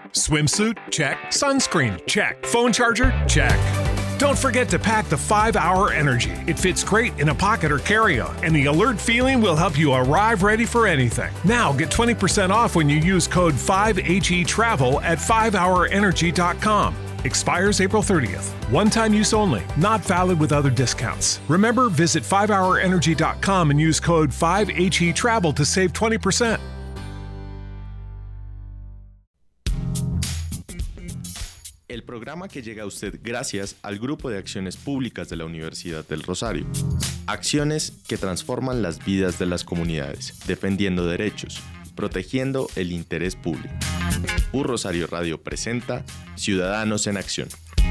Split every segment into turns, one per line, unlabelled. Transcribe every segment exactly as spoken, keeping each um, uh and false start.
Swimsuit? Check. Sunscreen? Check. Phone charger? Check. Don't forget to pack the five hour Energy. It fits great in a pocket or carry-on, and the alert feeling will help you arrive ready for anything. Now get twenty percent off when you use code five H E Travel at five hour energy dot com. Expires April thirtieth. One-time use only. Not valid with other discounts. Remember, visit five hour energy dot com and use code five H E Travel to save twenty percent.
El programa que llega a usted gracias al Grupo de Acciones Públicas de la Universidad del Rosario. Acciones que transforman las vidas de las comunidades, defendiendo derechos, protegiendo el interés público. U Rosario Radio presenta Ciudadanos en Acción.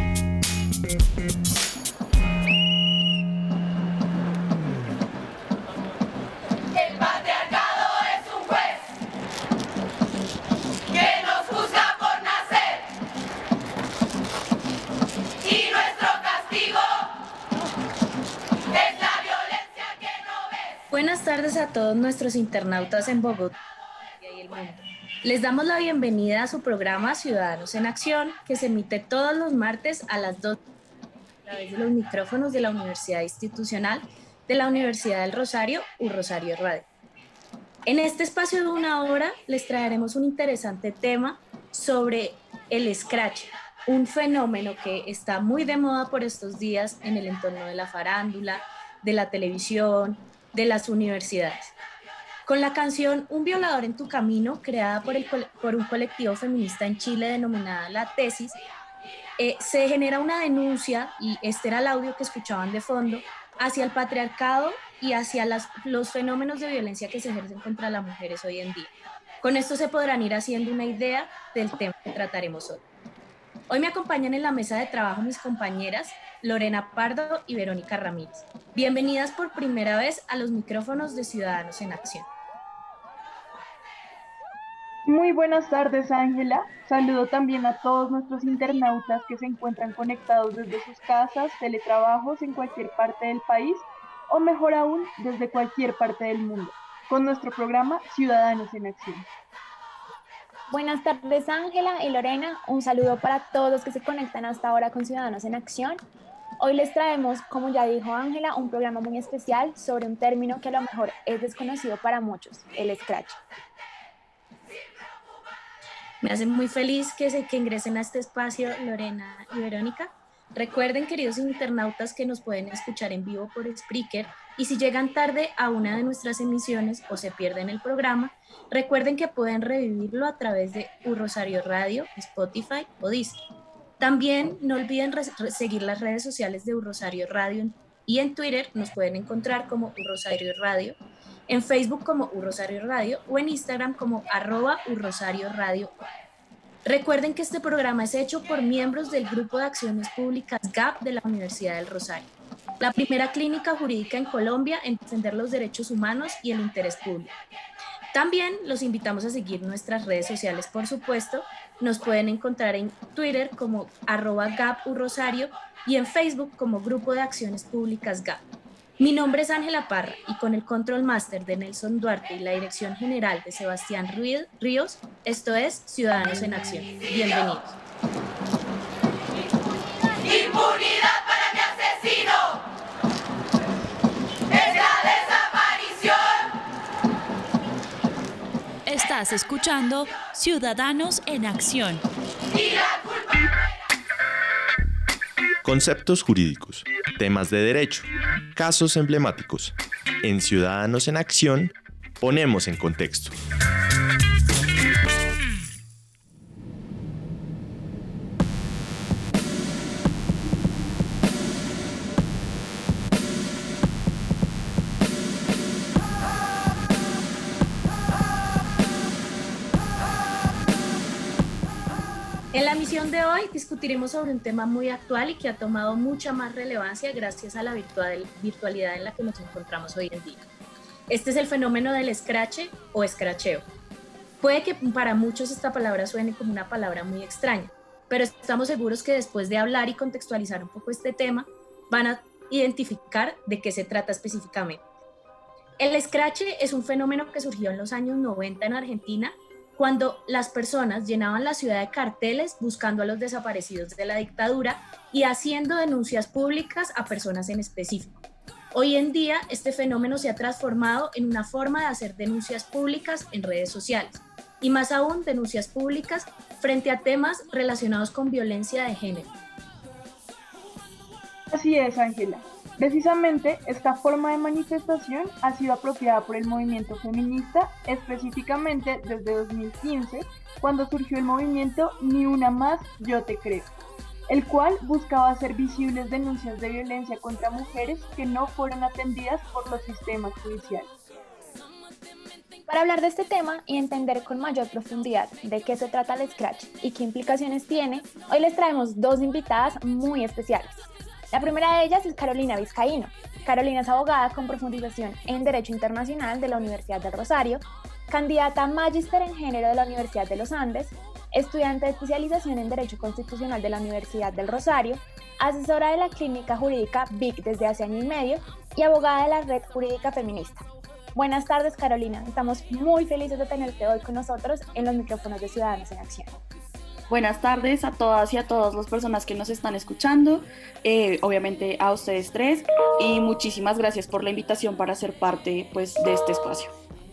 Buenas tardes a todos nuestros internautas en Bogotá y el mundo. Les damos la bienvenida a su programa Ciudadanos en Acción, que se emite todos los martes a las dos a través de los micrófonos de la Universidad Institucional de la Universidad del Rosario, U Rosario Radio. En este espacio de una hora les traeremos un interesante tema sobre el scratch, un fenómeno que está muy de moda por estos días en el entorno de la farándula, de la televisión, de las universidades. Con la canción Un violador en tu camino, creada por, el, por un colectivo feminista en Chile denominada La Tesis, eh, se genera una denuncia, y este era el audio que escuchaban de fondo, hacia el patriarcado y hacia las, los fenómenos de violencia que se ejercen contra las mujeres hoy en día. Con esto se podrán ir haciendo una idea del tema que trataremos hoy. Hoy me acompañan en la mesa de trabajo mis compañeras Lorena Pardo y Verónica Ramírez. Bienvenidas por primera vez a los micrófonos de Ciudadanos en Acción.
Muy buenas tardes, Ángela. Saludo también a todos nuestros internautas que se encuentran conectados desde sus casas, teletrabajos en cualquier parte del país o mejor aún, desde cualquier parte del mundo, con nuestro programa Ciudadanos en Acción.
Buenas tardes, Ángela y Lorena. Un saludo para todos los que se conectan hasta ahora con Ciudadanos en Acción. Hoy les traemos, como ya dijo Ángela, un programa muy especial sobre un término que a lo mejor es desconocido para muchos, el scratch.
Me hace muy feliz que, se, que ingresen a este espacio Lorena y Verónica. Recuerden, queridos internautas, que nos pueden escuchar en vivo por Spreaker, y si llegan tarde a una de nuestras emisiones o se pierden el programa, recuerden que pueden revivirlo a través de U Rosario Radio, Spotify o Deezer. También no olviden re- seguir las redes sociales de U Rosario Radio, y en Twitter nos pueden encontrar como U Rosario Radio, en Facebook como U Rosario Radio o en Instagram como arroba U Rosario Radio. Recuerden que este programa es hecho por miembros del Grupo de Acciones Públicas G A P de la Universidad del Rosario, la primera clínica jurídica en Colombia en defender los derechos humanos y el interés público. También los invitamos a seguir nuestras redes sociales, por supuesto. Nos pueden encontrar en Twitter como arroba GAPURosario y en Facebook como Grupo de Acciones Públicas G A P. Mi nombre es Ángela Parra y con el Control Master de Nelson Duarte y la Dirección General de Sebastián Ríos, esto es Ciudadanos en Acción. Bienvenidos.
Impunidad para mi asesino. Es la desaparición.
Estás escuchando Ciudadanos en Acción.
Y la culpa.
Conceptos jurídicos, temas de derecho, casos emblemáticos. En Ciudadanos en Acción, ponemos en contexto.
En la misión de hoy discutiremos sobre un tema muy actual y que ha tomado mucha más relevancia gracias a la virtual, virtualidad en la que nos encontramos hoy en día. Este es el fenómeno del scratch o scratcheo. Puede que para muchos esta palabra suene como una palabra muy extraña, pero estamos seguros que después de hablar y contextualizar un poco este tema, van a identificar de qué se trata específicamente. El scratch es un fenómeno que surgió en los años noventa en Argentina cuando las personas llenaban la ciudad de carteles buscando a los desaparecidos de la dictadura y haciendo denuncias públicas a personas en específico. Hoy en día, este fenómeno se ha transformado en una forma de hacer denuncias públicas en redes sociales, y más aún denuncias públicas frente a temas relacionados con violencia de género.
Así es, Ángela. Precisamente esta forma de manifestación ha sido apropiada por el movimiento feminista, específicamente desde dos mil quince, cuando surgió el movimiento Ni Una Más, Yo Te Creo, el cual buscaba hacer visibles denuncias de violencia contra mujeres que no fueron atendidas por los sistemas judiciales.
Para hablar de este tema y entender con mayor profundidad de qué se trata el Scratch y qué implicaciones tiene, hoy les traemos dos invitadas muy especiales. La primera de ellas es Carolina Vizcaíno. Carolina es abogada con profundización en Derecho Internacional de la Universidad del Rosario, candidata a Magíster en Género de la Universidad de los Andes, estudiante de especialización en Derecho Constitucional de la Universidad del Rosario, asesora de la Clínica Jurídica V I C desde hace año y medio y abogada de la Red Jurídica Feminista. Buenas tardes, Carolina. Estamos muy felices de tenerte hoy con nosotros en los micrófonos de Ciudadanos en Acción.
Buenas tardes a todas y a todas las personas que nos están escuchando, eh, obviamente a ustedes tres, y muchísimas gracias por la invitación para ser parte, pues, de este espacio.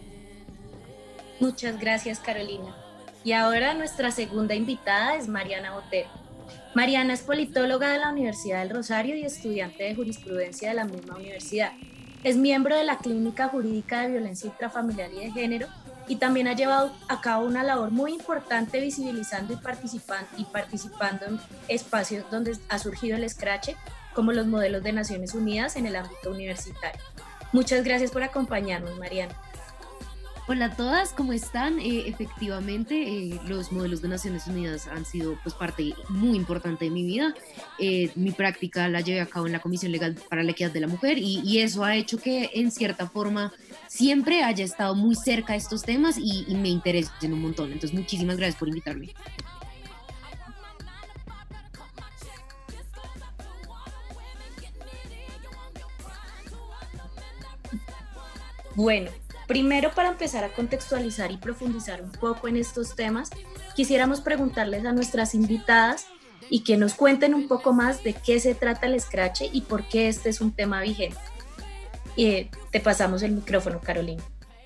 Muchas gracias, Carolina. Y ahora nuestra segunda invitada es Mariana Botero. Mariana es politóloga de la Universidad del Rosario y estudiante de jurisprudencia de la misma universidad. Es miembro de la Clínica Jurídica de Violencia Intrafamiliar y de Género, y también ha llevado a cabo una labor muy importante visibilizando y participando, y participando en espacios donde ha surgido el Scratch, como los modelos de Naciones Unidas en el ámbito universitario. Muchas gracias por acompañarnos, Mariana.
Hola a todas, ¿cómo están? Eh, efectivamente, eh, los modelos de Naciones Unidas han sido, pues, parte muy importante de mi vida. Eh, mi práctica la llevé a cabo en la Comisión Legal para la Equidad de la Mujer y, y eso ha hecho que, en cierta forma, siempre haya estado muy cerca de estos temas y, y me interesen un montón. Entonces, muchísimas gracias por invitarme.
Bueno, primero, para empezar a contextualizar y profundizar un poco en estos temas, quisiéramos preguntarles a nuestras invitadas y que nos cuenten un poco más de qué se trata el Scratch y por qué este es un tema vigente. Eh, te pasamos el micrófono, Carolina.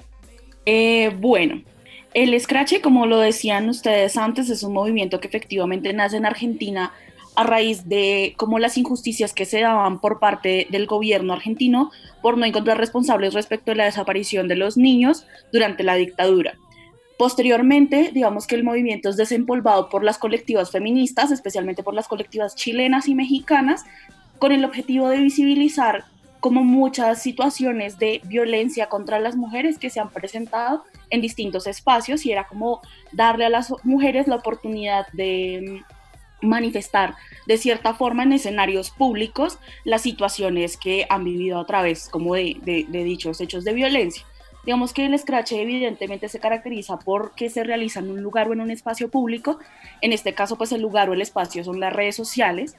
Eh, bueno, el Scratch, como lo decían ustedes antes, es un movimiento que efectivamente nace en Argentina a raíz de como las injusticias que se daban por parte del gobierno argentino por no encontrar responsables respecto a la desaparición de los niños durante la dictadura. Posteriormente, digamos que el movimiento es desempolvado por las colectivas feministas, especialmente por las colectivas chilenas y mexicanas, con el objetivo de visibilizar como muchas situaciones de violencia contra las mujeres que se han presentado en distintos espacios, y era como darle a las mujeres la oportunidad de manifestar de cierta forma en escenarios públicos las situaciones que han vivido a través como de, de, de dichos hechos de violencia. Digamos que el Scratch evidentemente se caracteriza porque se realiza en un lugar o en un espacio público. En este caso, pues el lugar o el espacio son las redes sociales,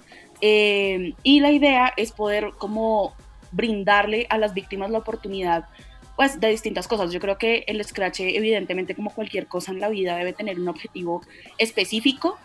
eh, y la idea es poder como brindarle a las víctimas la oportunidad, pues, de distintas cosas. Yo creo que el Scratch, evidentemente, como cualquier cosa en la vida, debe tener un objetivo específico,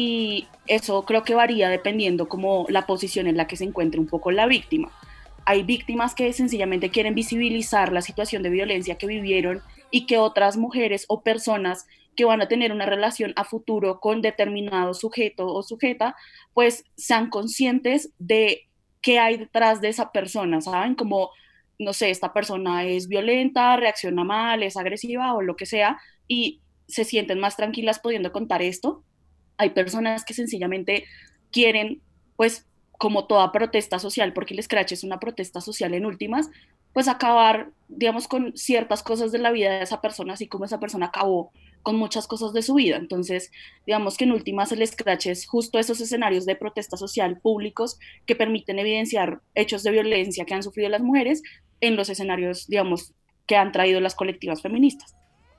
y eso creo que varía dependiendo como la posición en la que se encuentre un poco la víctima. Hay víctimas que sencillamente quieren visibilizar la situación de violencia que vivieron y que otras mujeres o personas que van a tener una relación a futuro con determinado sujeto o sujeta, pues sean conscientes de qué hay detrás de esa persona, ¿saben? Como, no sé, esta persona es violenta, reacciona mal, es agresiva o lo que sea, y se sienten más tranquilas pudiendo contar esto. Hay personas que sencillamente quieren, pues, como toda protesta social, porque el Scratch es una protesta social en últimas, pues acabar, digamos, con ciertas cosas de la vida de esa persona, así como esa persona acabó con muchas cosas de su vida. Entonces, digamos que en últimas el Scratch es justo esos escenarios de protesta social públicos que permiten evidenciar hechos de violencia que han sufrido las mujeres en los escenarios, digamos, que han traído las colectivas feministas.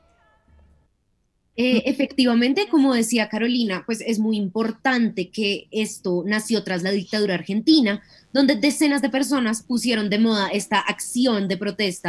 Eh, efectivamente, como decía Carolina, pues es muy importante que esto nació tras la dictadura argentina, donde decenas de personas pusieron de moda esta acción de protesta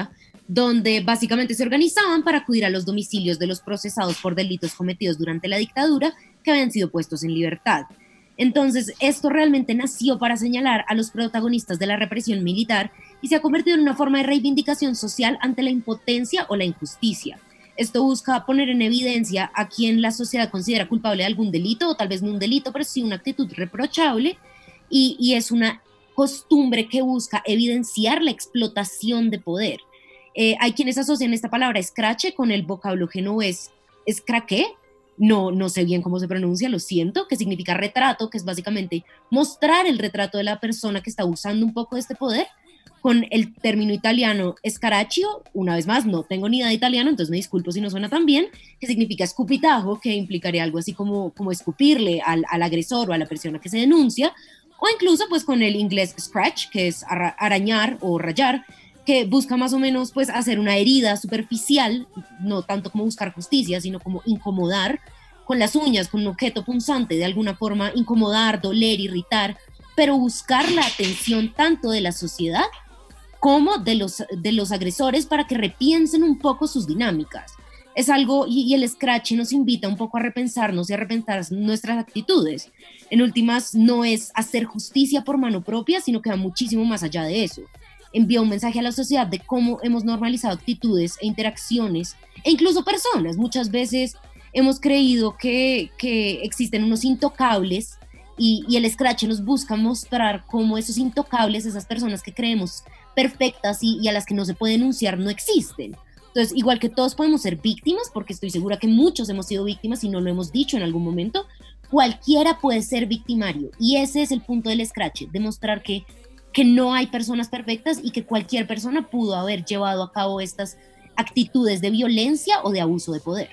donde básicamente se organizaban para acudir a los domicilios de los procesados por delitos cometidos durante la dictadura que habían sido puestos en libertad. Entonces, esto realmente nació para señalar a los protagonistas de la represión militar y se ha convertido en una forma de reivindicación social ante la impotencia o la injusticia. Esto busca poner en evidencia a quien la sociedad considera culpable de algún delito, o tal vez no un delito, pero sí una actitud reprochable, y, y es una costumbre que busca evidenciar la explotación de poder. Eh, hay quienes asocian esta palabra escrache con el vocablo genovés escraqué, no, no sé bien cómo se pronuncia, lo siento, que significa retrato, que es básicamente mostrar el retrato de la persona que está usando un poco de este poder, con el término italiano escaraccio, una vez más, no tengo ni idea de italiano, entonces me disculpo si no suena tan bien, que significa escupitajo, que implicaría algo así como, como escupirle al, al agresor o a la persona que se denuncia, o incluso pues con el inglés scratch, que es arañar o rayar, que busca más o menos pues hacer una herida superficial, no tanto como buscar justicia, sino como incomodar con las uñas, con un objeto punzante, de alguna forma incomodar, doler, irritar, pero buscar la atención tanto de la sociedad como de los, de los agresores para que repiensen un poco sus dinámicas. Es algo, y, y el Scratch nos invita un poco a repensarnos y a repensar nuestras actitudes. En últimas, no es hacer justicia por mano propia, sino que va muchísimo más allá de eso. Envía un mensaje a la sociedad de cómo hemos normalizado actitudes e interacciones, e incluso personas. Muchas veces hemos creído que, que existen unos intocables, y, y el Scratch nos busca mostrar cómo esos intocables, esas personas que creemos perfectas y, y a las que no se puede denunciar, no existen. Entonces, igual que todos podemos ser víctimas, porque estoy segura que muchos hemos sido víctimas y no lo hemos dicho en algún momento, cualquiera puede ser victimario, y ese es el punto del Scratch, demostrar que que no hay personas perfectas y que cualquier persona pudo haber llevado a cabo estas actitudes de violencia o de abuso de poder.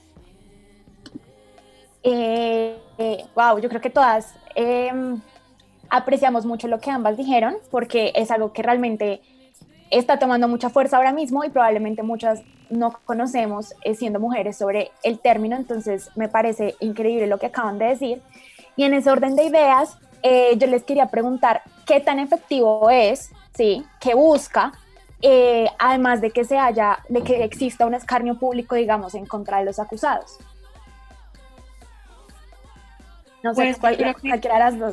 Eh, eh, wow, yo creo que todas eh, apreciamos mucho lo que ambas dijeron, porque es algo que realmente está tomando mucha fuerza ahora mismo y probablemente muchas no conocemos eh, siendo mujeres sobre el término, entonces me parece increíble lo que acaban de decir. Y en ese orden de ideas, Eh, yo les quería preguntar qué tan efectivo es, ¿sí? ¿Qué busca? Eh, además de que se haya, de que exista un escarnio público, digamos, en contra de los acusados. No sé,
Pues,
cualquiera,
que,
cualquiera de las dos.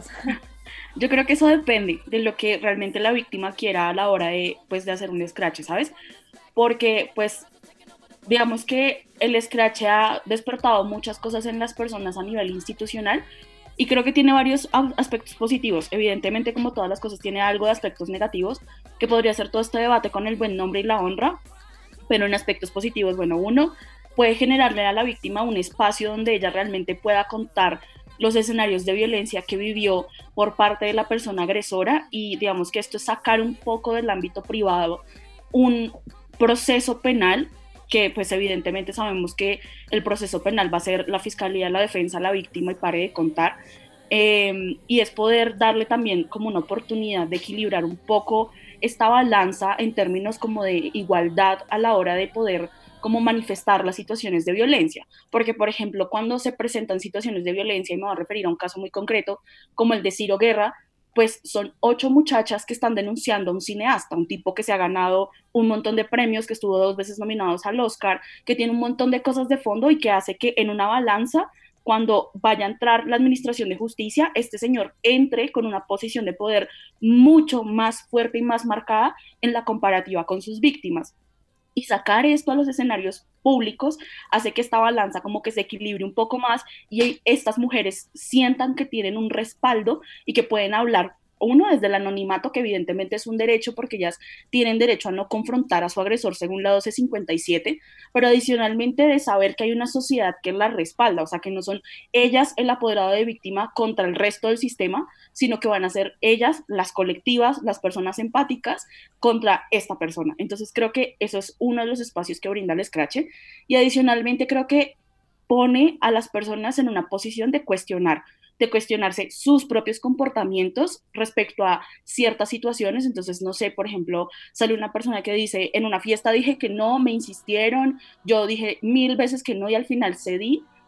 Yo creo que eso depende de lo que realmente la víctima quiera a la hora de, pues, de hacer un scratch, ¿sabes? Porque, pues, digamos que el scratch ha despertado muchas cosas en las personas a nivel institucional. Y creo que tiene varios aspectos positivos. Evidentemente, como todas las cosas, tiene algo de aspectos negativos, que podría ser todo este debate con el buen nombre y la honra, pero en aspectos positivos, bueno, uno puede generarle a la víctima un espacio donde ella realmente pueda contar los escenarios de violencia que vivió por parte de la persona agresora, y digamos que esto es sacar un poco del ámbito privado un proceso penal, que pues evidentemente sabemos que el proceso penal va a ser la fiscalía, la defensa, la víctima y pare de contar, eh, y es poder darle también como una oportunidad de equilibrar un poco esta balanza en términos como de igualdad a la hora de poder como manifestar las situaciones de violencia, porque por ejemplo cuando se presentan situaciones de violencia, y me voy a referir a un caso muy concreto como el de Ciro Guerra, pues son ocho muchachas que están denunciando a un cineasta, un tipo que se ha ganado un montón de premios, que estuvo dos veces nominados al Oscar, que tiene un montón de cosas de fondo y que hace que en una balanza, cuando vaya a entrar la administración de justicia, este señor entre con una posición de poder mucho más fuerte y más marcada en la comparativa con sus víctimas. Y sacar esto a los escenarios públicos hace que esta balanza como que se equilibre un poco más y estas mujeres sientan que tienen un respaldo y que pueden hablar, uno, desde el anonimato, que evidentemente es un derecho porque ellas tienen derecho a no confrontar a su agresor según la doce cincuenta y siete, pero adicionalmente de saber que hay una sociedad que las respalda, o sea, que no son ellas el apoderado de víctima contra el resto del sistema, sino que van a ser ellas, las colectivas, las personas empáticas contra esta persona. Entonces creo que eso es uno de los espacios que brinda el Scratch, y adicionalmente creo que pone a las personas en una posición de cuestionar, de cuestionarse sus propios comportamientos respecto a ciertas situaciones. Entonces, no sé, por ejemplo, sale una persona que dice, en una fiesta dije que no, me insistieron, yo dije mil veces que no y al final cedí,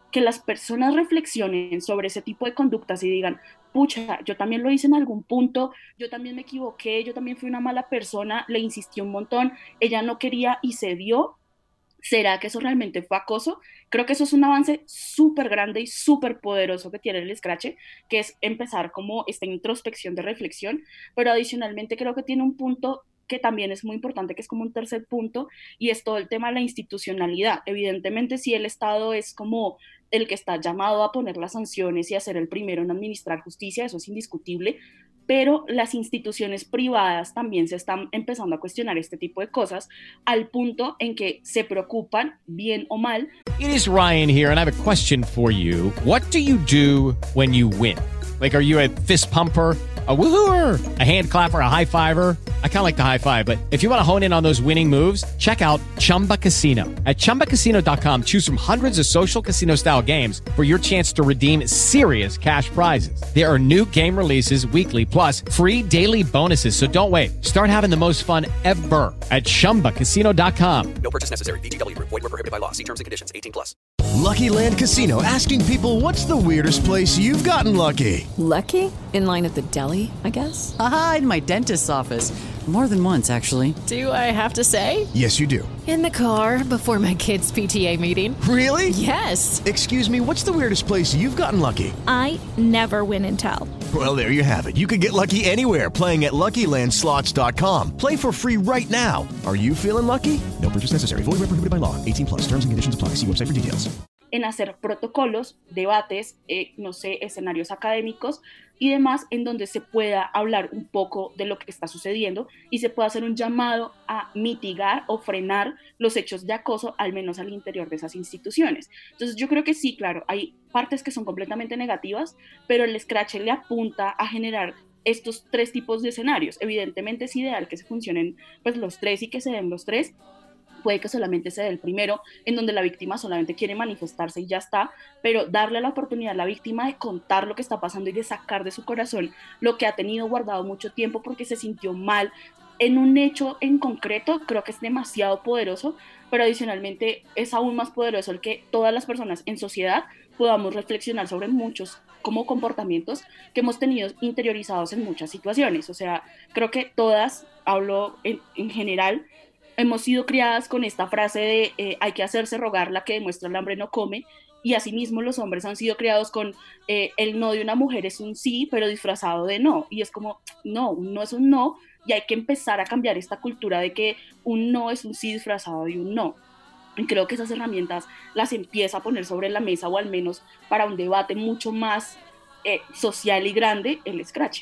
que las personas reflexionen sobre ese tipo de conductas y digan, pucha, yo también lo hice en algún punto, yo también me equivoqué, yo también fui una mala persona, le insistí un montón, ella no quería y se dio. ¿Será que eso realmente fue acoso? Creo que eso es un avance súper grande y súper poderoso que tiene el Scratch, que es empezar como esta introspección de reflexión, pero adicionalmente creo que tiene un punto que también es muy importante, que es como un tercer punto, y es todo el tema de la institucionalidad. Evidentemente, si el Estado es como el que está llamado a poner las sanciones y a ser el primero en administrar justicia, eso es indiscutible, pero las instituciones privadas también se están empezando a cuestionar este tipo de cosas al punto en que se preocupan, bien o mal.
It is Ryan here, and I have a question for you. What do you do when you win? Like, are you a fist pumper, a woo-hooer, a hand clapper, a high fiver? I kind of like the high five, but if you want to hone in on those winning moves, check out Chumba Casino. At chumba casino dot com, choose from hundreds of social casino style games for your chance to redeem serious cash prizes. There are new game releases weekly, plus free daily bonuses. So don't wait. Start having the most fun ever at chumba casino dot com.
No purchase necessary. V G W Group. Void where prohibited by law. See terms and conditions. eighteen plus.
Lucky Land Casino, asking people, what's the weirdest place you've gotten lucky?
Lucky? In line at the deli, I guess?
Aha, in my dentist's office. More than once, actually.
Do I have to say?
Yes, you do.
In the car before my kids' P T A meeting.
Really?
Yes.
Excuse me, what's the weirdest place you've gotten lucky?
I never win and tell.
Well, there you have it. You can get lucky anywhere, playing at Lucky Land Slots dot com. Play for free right now. Are you feeling lucky? No purchase necessary. Void where prohibited by law. eighteen plus. Terms and conditions apply. See website for details.
En hacer protocolos, debates, eh, no sé, escenarios académicos y demás, en donde se pueda hablar un poco de lo que está sucediendo y se pueda hacer un llamado a mitigar o frenar los hechos de acoso, al menos al interior de esas instituciones. Entonces yo creo que sí, claro, hay partes que son completamente negativas, pero el Scratch le apunta a generar estos tres tipos de escenarios. Evidentemente es ideal que se funcionen pues los tres y que se den los tres. Puede que solamente se dé el primero, en donde la víctima solamente quiere manifestarse y ya está, pero darle la oportunidad a la víctima de contar lo que está pasando y de sacar de su corazón lo que ha tenido guardado mucho tiempo porque se sintió mal en un hecho en concreto, creo que es demasiado poderoso, pero adicionalmente es aún más poderoso el que todas las personas en sociedad podamos reflexionar sobre muchos como comportamientos que hemos tenido interiorizados en muchas situaciones. O sea, creo que todas, hablo en, en general, hemos sido criadas con esta frase de eh, hay que hacerse rogar, la que demuestra el hambre no come, y asimismo los hombres han sido criados con eh, el no de una mujer es un sí, pero disfrazado de no, y es como, no, un no es un no, y hay que empezar a cambiar esta cultura de que un no es un sí disfrazado de un no. Y creo que esas herramientas las empieza a poner sobre la mesa, o al menos para un debate mucho más eh, social y grande, el Scratch.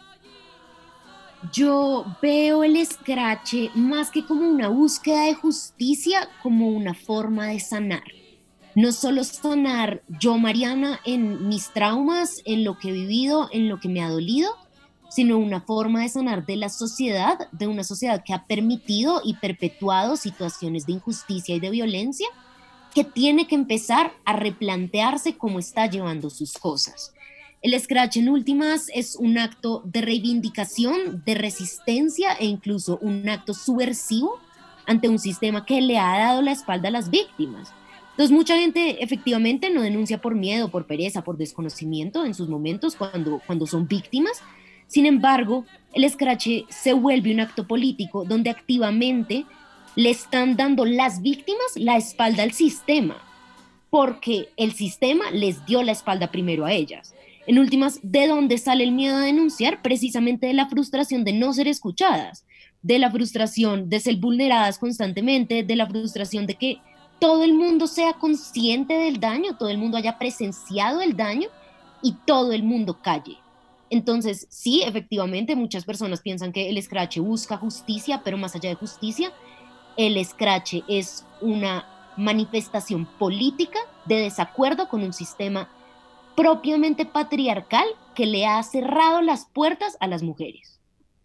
Yo veo el Scratch más que como una búsqueda de justicia, como una forma de sanar. No solo sanar yo, Mariana, en mis traumas, en lo que he vivido, en lo que me ha dolido, sino una forma de sanar de la sociedad, de una sociedad que ha permitido y perpetuado situaciones de injusticia y de violencia, que tiene que empezar a replantearse cómo está llevando sus cosas. El Scratch en últimas es un acto de reivindicación, de resistencia e incluso un acto subversivo ante un sistema que le ha dado la espalda a las víctimas. Entonces mucha gente efectivamente no denuncia por miedo, por pereza, por desconocimiento en sus momentos cuando, cuando son víctimas. Sin embargo, el Scratch se vuelve un acto político donde activamente le están dando las víctimas la espalda al sistema, porque el sistema les dio la espalda primero a ellas. En últimas, ¿de dónde sale el miedo a denunciar? Precisamente de la frustración de no ser escuchadas, de la frustración de ser vulneradas constantemente, de la frustración de que todo el mundo sea consciente del daño, todo el mundo haya presenciado el daño y todo el mundo calle. Entonces, sí, efectivamente, muchas personas piensan que el Scratch busca justicia, pero más allá de justicia, el Scratch es una manifestación política de desacuerdo con un sistema propiamente patriarcal que le ha cerrado las puertas a las mujeres.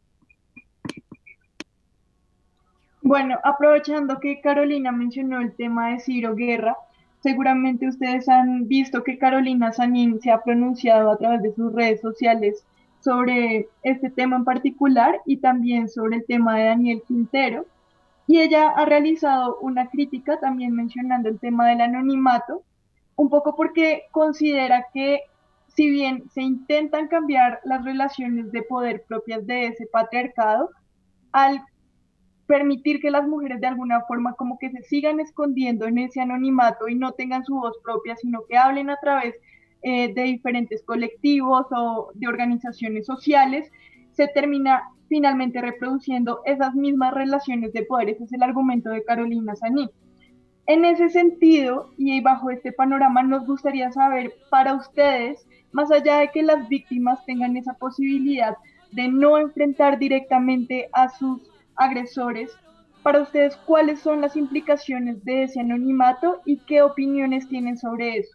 Bueno, aprovechando que Carolina mencionó el tema de Ciro Guerra, seguramente ustedes han visto que Carolina Sanín se ha pronunciado a través de sus redes sociales sobre este tema en particular y también sobre el tema de Daniel Quintero, y ella ha realizado una crítica también mencionando el tema del anonimato, un poco porque considera que si bien se intentan cambiar las relaciones de poder propias de ese patriarcado, al permitir que las mujeres de alguna forma como que se sigan escondiendo en ese anonimato y no tengan su voz propia, sino que hablen a través eh, de diferentes colectivos o de organizaciones sociales, se termina finalmente reproduciendo esas mismas relaciones de poder. Ese es el argumento de Carolina Sanín. En ese sentido, y bajo este panorama, nos gustaría saber para ustedes, más allá de que las víctimas tengan esa posibilidad de no enfrentar directamente a sus agresores, para ustedes, ¿cuáles son las implicaciones de ese anonimato y qué opiniones tienen sobre eso?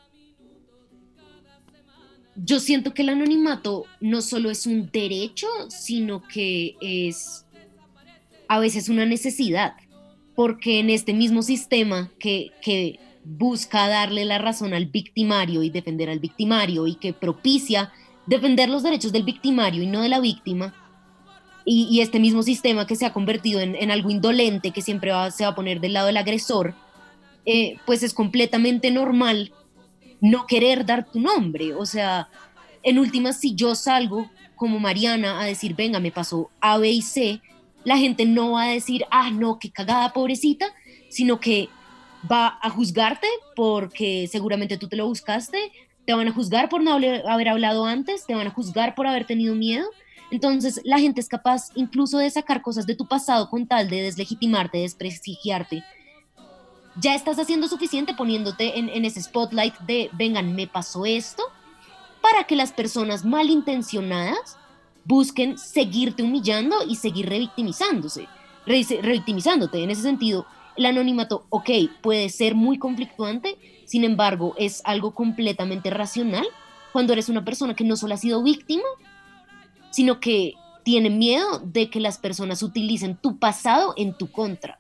Yo siento que el anonimato no solo es un derecho, sino que es a veces una necesidad, porque en este mismo sistema que, que busca darle la razón al victimario y defender al victimario y que propicia defender los derechos del victimario y no de la víctima, y, y este mismo sistema que se ha convertido en, en algo indolente, que siempre va, se va a poner del lado del agresor, eh, pues es completamente normal no querer dar tu nombre. O sea, en últimas, si yo salgo como Mariana a decir, venga, me pasó A, B y C, la gente no va a decir, ah, no, qué cagada, pobrecita, sino que va a juzgarte porque seguramente tú te lo buscaste, te van a juzgar por no haber hablado antes, te van a juzgar por haber tenido miedo. Entonces la gente es capaz incluso de sacar cosas de tu pasado con tal de deslegitimarte, desprestigiarte. Ya estás haciendo suficiente poniéndote en, en ese spotlight de, vengan, me pasó esto, para que las personas malintencionadas busquen seguirte humillando y seguir revictimizándose, re, revictimizándote. En ese sentido, el anonimato, ok, puede ser muy conflictuante, sin embargo, es algo completamente racional cuando eres una persona que no solo ha sido víctima, sino que tiene miedo de que las personas utilicen tu pasado en tu contra.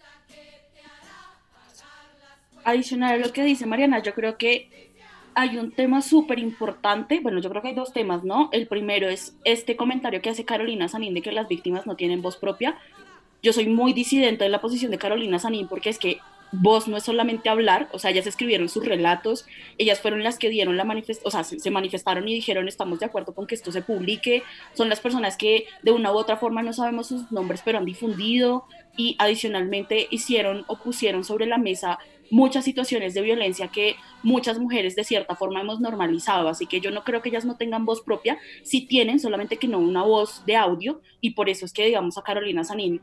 Adicional a lo que dice Mariana, yo creo que hay un tema súper importante, bueno, yo creo que hay dos temas, ¿no? El primero es este comentario que hace Carolina Sanín de que las víctimas no tienen voz propia. Yo soy muy disidente de la posición de Carolina Sanín porque es que voz no es solamente hablar, o sea, ellas escribieron sus relatos, ellas fueron las que dieron la manifestación, o sea, se, se manifestaron y dijeron estamos de acuerdo con que esto se publique, son las personas que de una u otra forma no sabemos sus nombres pero han difundido y adicionalmente hicieron o pusieron sobre la mesa muchas situaciones de violencia que muchas mujeres de cierta forma hemos normalizado, así que yo no creo que ellas no tengan voz propia, sí tienen, solamente que no una voz de audio, y por eso es que digamos a Carolina Sanín,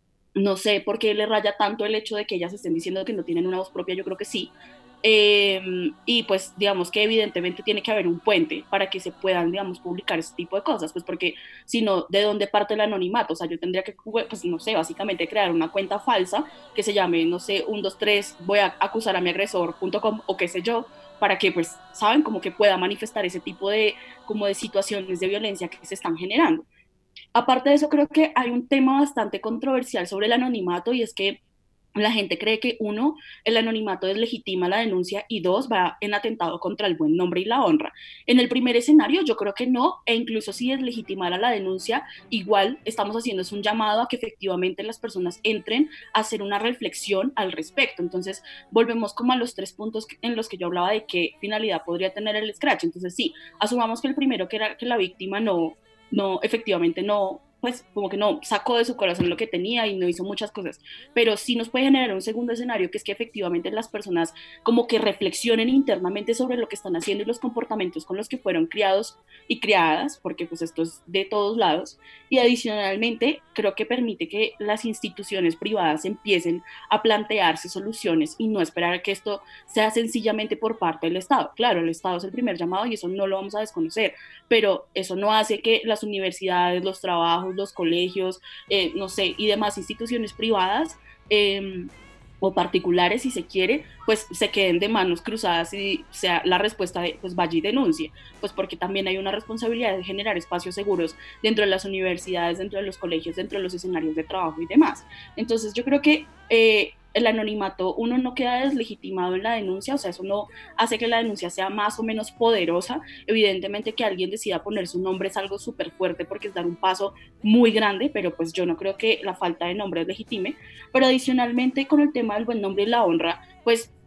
no sé por qué le raya tanto el hecho de que ellas estén diciendo que no tienen una voz propia, yo creo que sí, eh, y pues digamos que evidentemente tiene que haber un puente para que se puedan, digamos, publicar este tipo de cosas, pues porque si no, ¿de dónde parte el anonimato? O sea, yo tendría que, pues no sé, básicamente crear una cuenta falsa que se llame, no sé, uno dos tres voy a acusar a mi agresor punto com o qué sé yo, para que pues, saben, como que pueda manifestar ese tipo de, como de situaciones de violencia que se están generando. Aparte de eso, creo que hay un tema bastante controversial sobre el anonimato y es que la gente cree que uno, el anonimato deslegitima la denuncia y dos, va en atentado contra el buen nombre y la honra. En el primer escenario yo creo que no, e incluso si deslegitimara la denuncia, igual estamos haciendo un llamado a que efectivamente las personas entren a hacer una reflexión al respecto. Entonces volvemos como a los tres puntos en los que yo hablaba de qué finalidad podría tener el scratch. Entonces sí, asumamos que el primero, que era que la víctima no, no efectivamente no, pues como que no sacó de su corazón lo que tenía y no hizo muchas cosas, pero sí nos puede generar un segundo escenario, que es que efectivamente las personas como que reflexionen internamente sobre lo que están haciendo y los comportamientos con los que fueron criados y criadas, porque pues esto es de todos lados, y adicionalmente creo que permite que las instituciones privadas empiecen a plantearse soluciones y no esperar a que esto sea sencillamente por parte del Estado. Claro, el Estado es el primer llamado y eso no lo vamos a desconocer, pero eso no hace que las universidades, los trabajos, los colegios, eh, no sé, y demás instituciones privadas eh, o particulares, si se quiere, pues se queden de manos cruzadas y sea la respuesta de, pues vaya y denuncie, pues porque también hay una responsabilidad de generar espacios seguros dentro de las universidades, dentro de los colegios, dentro de los escenarios de trabajo y demás. Entonces yo creo que eh, el anonimato, uno no queda deslegitimado en la denuncia, o sea, eso no hace que la denuncia sea más o menos poderosa. Evidentemente que alguien decida poner su nombre es algo súper fuerte porque es dar un paso muy grande, pero pues yo no creo que la falta de nombre es legitime. Pero adicionalmente con el tema del buen nombre y la honra, pues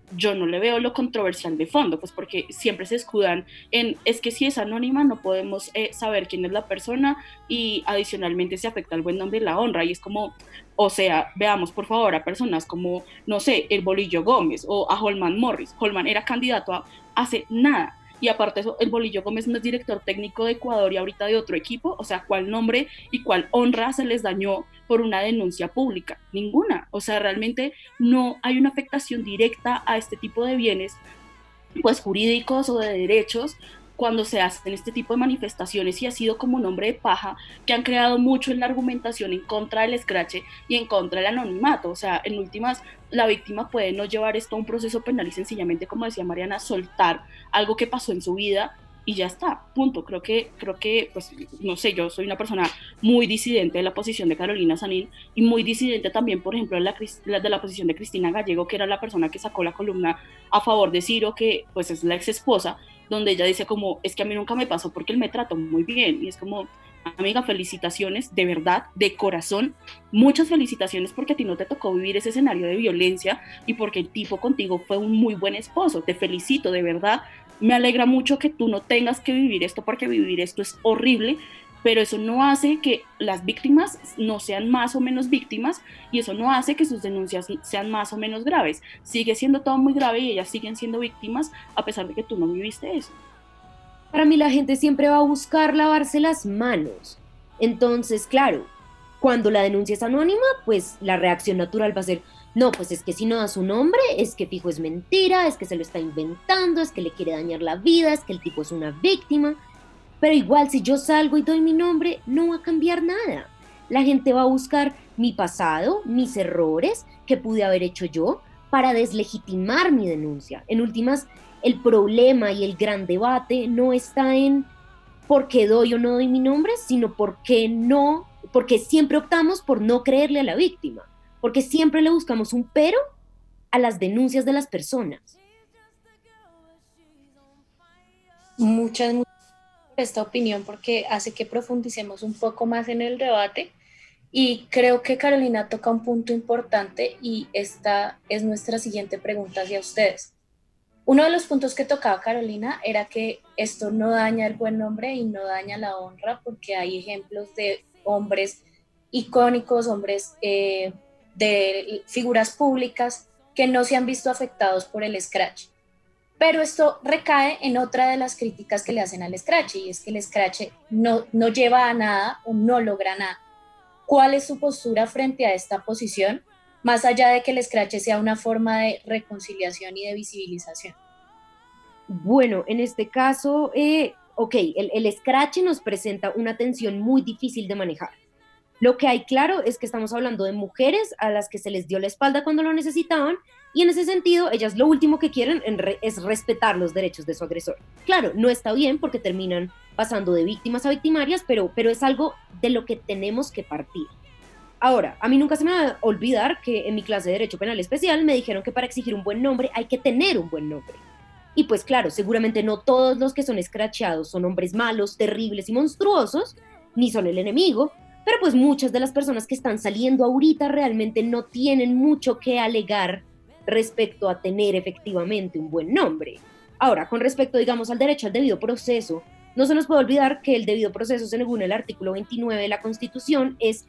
yo no le veo lo controversial de fondo, pues porque siempre se escudan en, es que si es anónima no podemos eh, saber quién es la persona y adicionalmente se afecta el buen nombre y la honra, y es como, o sea, veamos por favor a personas como, no sé, el Bolillo Gómez o a Holman Morris. Holman era candidato a hace nada. Y aparte eso, el Bolillo Gómez no es director técnico de Ecuador y ahorita de otro equipo, o sea, ¿cuál nombre y cuál honra se les dañó por una denuncia pública? Ninguna, o sea, realmente no hay una afectación directa a este tipo de bienes, pues jurídicos o de derechos, cuando se hacen este tipo de manifestaciones, y ha sido como un hombre de paja que han creado mucho en la argumentación en contra del escrache y en contra del anonimato. O sea, en últimas, la víctima puede no llevar esto a un proceso penal y sencillamente, como decía Mariana, soltar algo que pasó en su vida y ya está, punto. Creo que, creo que, pues, no sé, yo soy una persona muy disidente de la posición de Carolina Sanín y muy disidente también, por ejemplo, de la, de la posición de Cristina Gallego, que era la persona que sacó la columna a favor de Ciro, que pues es la ex esposa, donde ella dice como, es que a mí nunca me pasó porque él me trató muy bien, y es como, amiga, felicitaciones, de verdad, de corazón, muchas felicitaciones porque a ti no te tocó vivir ese escenario de violencia y porque el tipo contigo fue un muy buen esposo, te felicito, de verdad, me alegra mucho que tú no tengas que vivir esto porque vivir esto es horrible, pero eso no hace que las víctimas no sean más o menos víctimas y eso no hace que sus denuncias sean más o menos graves. Sigue siendo todo muy grave y ellas siguen siendo víctimas a pesar de que tú no viviste eso.
Para mí la gente siempre va a buscar lavarse las manos. Entonces, claro, cuando la denuncia es anónima, pues la reacción natural va a ser, no, pues es que si no da su nombre, es que fijo es mentira, es que se lo está inventando, es que le quiere dañar la vida, es que el tipo es una víctima. Pero igual, si yo salgo y doy mi nombre, no va a cambiar nada. La gente va a buscar mi pasado, mis errores que pude haber hecho yo para deslegitimar mi denuncia. En últimas, el problema y el gran debate no está en por qué doy o no doy mi nombre, sino por qué no, porque siempre optamos por no creerle a la víctima, porque siempre le buscamos un pero a las denuncias de las personas.
Muchas, muchas esta opinión porque hace que profundicemos un poco más en el debate y creo que Carolina toca un punto importante y esta es nuestra siguiente pregunta hacia ustedes. Uno de los puntos que tocaba Carolina era que esto no daña el buen nombre y no daña la honra porque hay ejemplos de hombres icónicos, hombres eh, de figuras públicas que no se han visto afectados por el scratch. Pero esto recae en otra de las críticas que le hacen al scratch y es que el scratch no, no lleva a nada o no logra nada. ¿Cuál es su postura frente a esta posición? Más allá de que el scratch sea una forma de reconciliación y de visibilización.
Bueno, en este caso, eh, ok, el, el scratch nos presenta una tensión muy difícil de manejar. Lo que hay claro es que estamos hablando de mujeres a las que se les dio la espalda cuando lo necesitaban y en ese sentido ellas lo último que quieren en re- es respetar los derechos de su agresor. Claro, no está bien porque terminan pasando de víctimas a victimarias, pero, pero es algo de lo que tenemos que partir. Ahora, a mí nunca se me va a olvidar que en mi clase de Derecho Penal Especial me dijeron que para exigir un buen nombre hay que tener un buen nombre. Y pues claro, seguramente no todos los que son escracheados son hombres malos, terribles y monstruosos, ni son el enemigo, pero pues muchas de las personas que están saliendo ahorita realmente no tienen mucho que alegar respecto a tener efectivamente un buen nombre. Ahora, con respecto, digamos, al derecho al debido proceso, no se nos puede olvidar que el debido proceso, según el artículo veintinueve de la Constitución, es,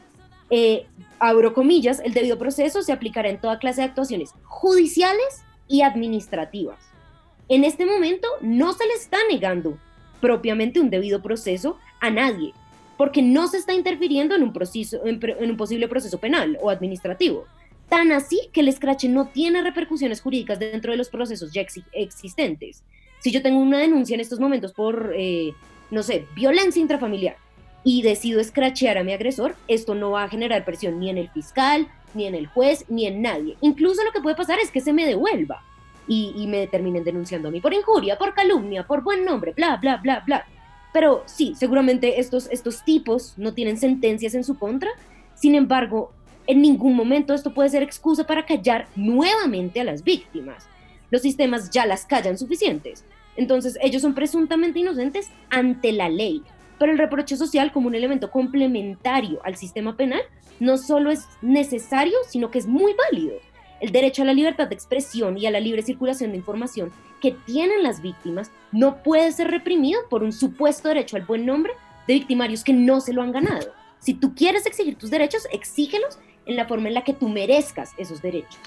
eh, abro comillas, el debido proceso se aplicará en toda clase de actuaciones judiciales y administrativas. En este momento no se le está negando propiamente un debido proceso a nadie, porque no se está interfiriendo en un, proceso, en, en un posible proceso penal o administrativo. Tan así que el scratch no tiene repercusiones jurídicas dentro de los procesos ya ex- existentes. Si yo tengo una denuncia en estos momentos por, eh, no sé, violencia intrafamiliar y decido scratchear a mi agresor, esto no va a generar presión ni en el fiscal, ni en el juez, ni en nadie. Incluso lo que puede pasar es que se me devuelva y, y me terminen denunciando a mí por injuria, por calumnia, por buen nombre, bla, bla, bla, bla. Pero sí, seguramente estos, estos tipos no tienen sentencias en su contra. Sin embargo, en ningún momento esto puede ser excusa para callar nuevamente a las víctimas. Los sistemas ya las callan suficientes. Entonces, ellos son presuntamente inocentes ante la ley. Pero el reproche social, como un elemento complementario al sistema penal, no solo es necesario, sino que es muy válido. El derecho a la libertad de expresión y a la libre circulación de información que tienen las víctimas no puede ser reprimido por un supuesto derecho al buen nombre de victimarios que no se lo han ganado. Si tú quieres exigir tus derechos, exígelos en la forma en la que tú merezcas esos derechos.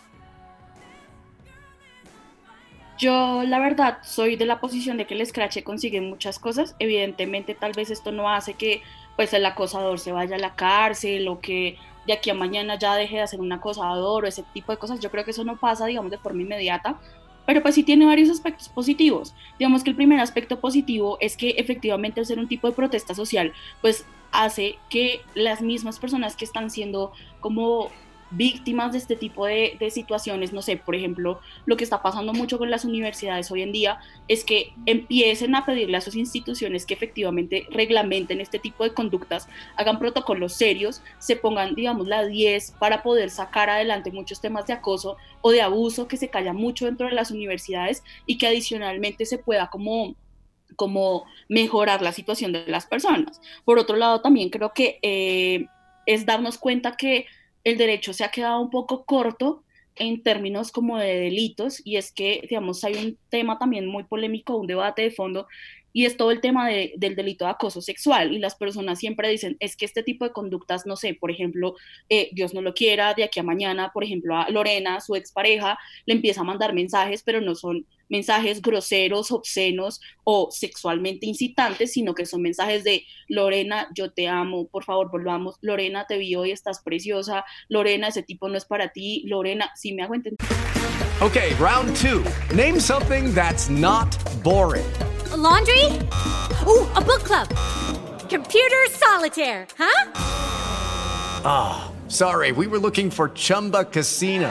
Yo, la verdad, soy de la posición de que el escrache consigue muchas cosas. Evidentemente, tal vez esto no hace que pues, el acosador se vaya a la cárcel o que de aquí a mañana ya deje de ser un acosador o ese tipo de cosas. Yo creo que eso no pasa, digamos, de forma inmediata, pero pues sí tiene varios aspectos positivos. Digamos que el primer aspecto positivo es que efectivamente al ser un tipo de protesta social, pues hace que las mismas personas que están siendo como víctimas de este tipo de, de situaciones, no sé, por ejemplo, lo que está pasando mucho con las universidades hoy en día es que empiecen a pedirle a sus instituciones que efectivamente reglamenten este tipo de conductas, hagan protocolos serios, se pongan, digamos, la diez para poder sacar adelante muchos temas de acoso o de abuso que se calla mucho dentro de las universidades y que adicionalmente se pueda como como mejorar la situación de las personas. Por otro lado, también creo que eh, es darnos cuenta que el derecho se ha quedado un poco corto en términos como de delitos, y es que, digamos, hay un tema también muy polémico, un debate de fondo, y es todo el tema de, del delito de acoso sexual, y las personas siempre dicen, es que este tipo de conductas, no sé, por ejemplo, eh, Dios no lo quiera, de aquí a mañana, por ejemplo, a Lorena, su expareja, le empieza a mandar mensajes, pero no son mensajes groseros, obscenos o sexualmente incitantes, sino que son mensajes de Lorena, yo te amo, por favor volvamos, Lorena, te vi hoy, estás preciosa, Lorena, ese tipo no es para ti, Lorena, si me hago entender.
Okay, round two. Name something that's not boring.
A laundry? Ooh, a book club. Computer solitaire, huh?
Ah, oh, sorry, we were looking for Chumba Casino.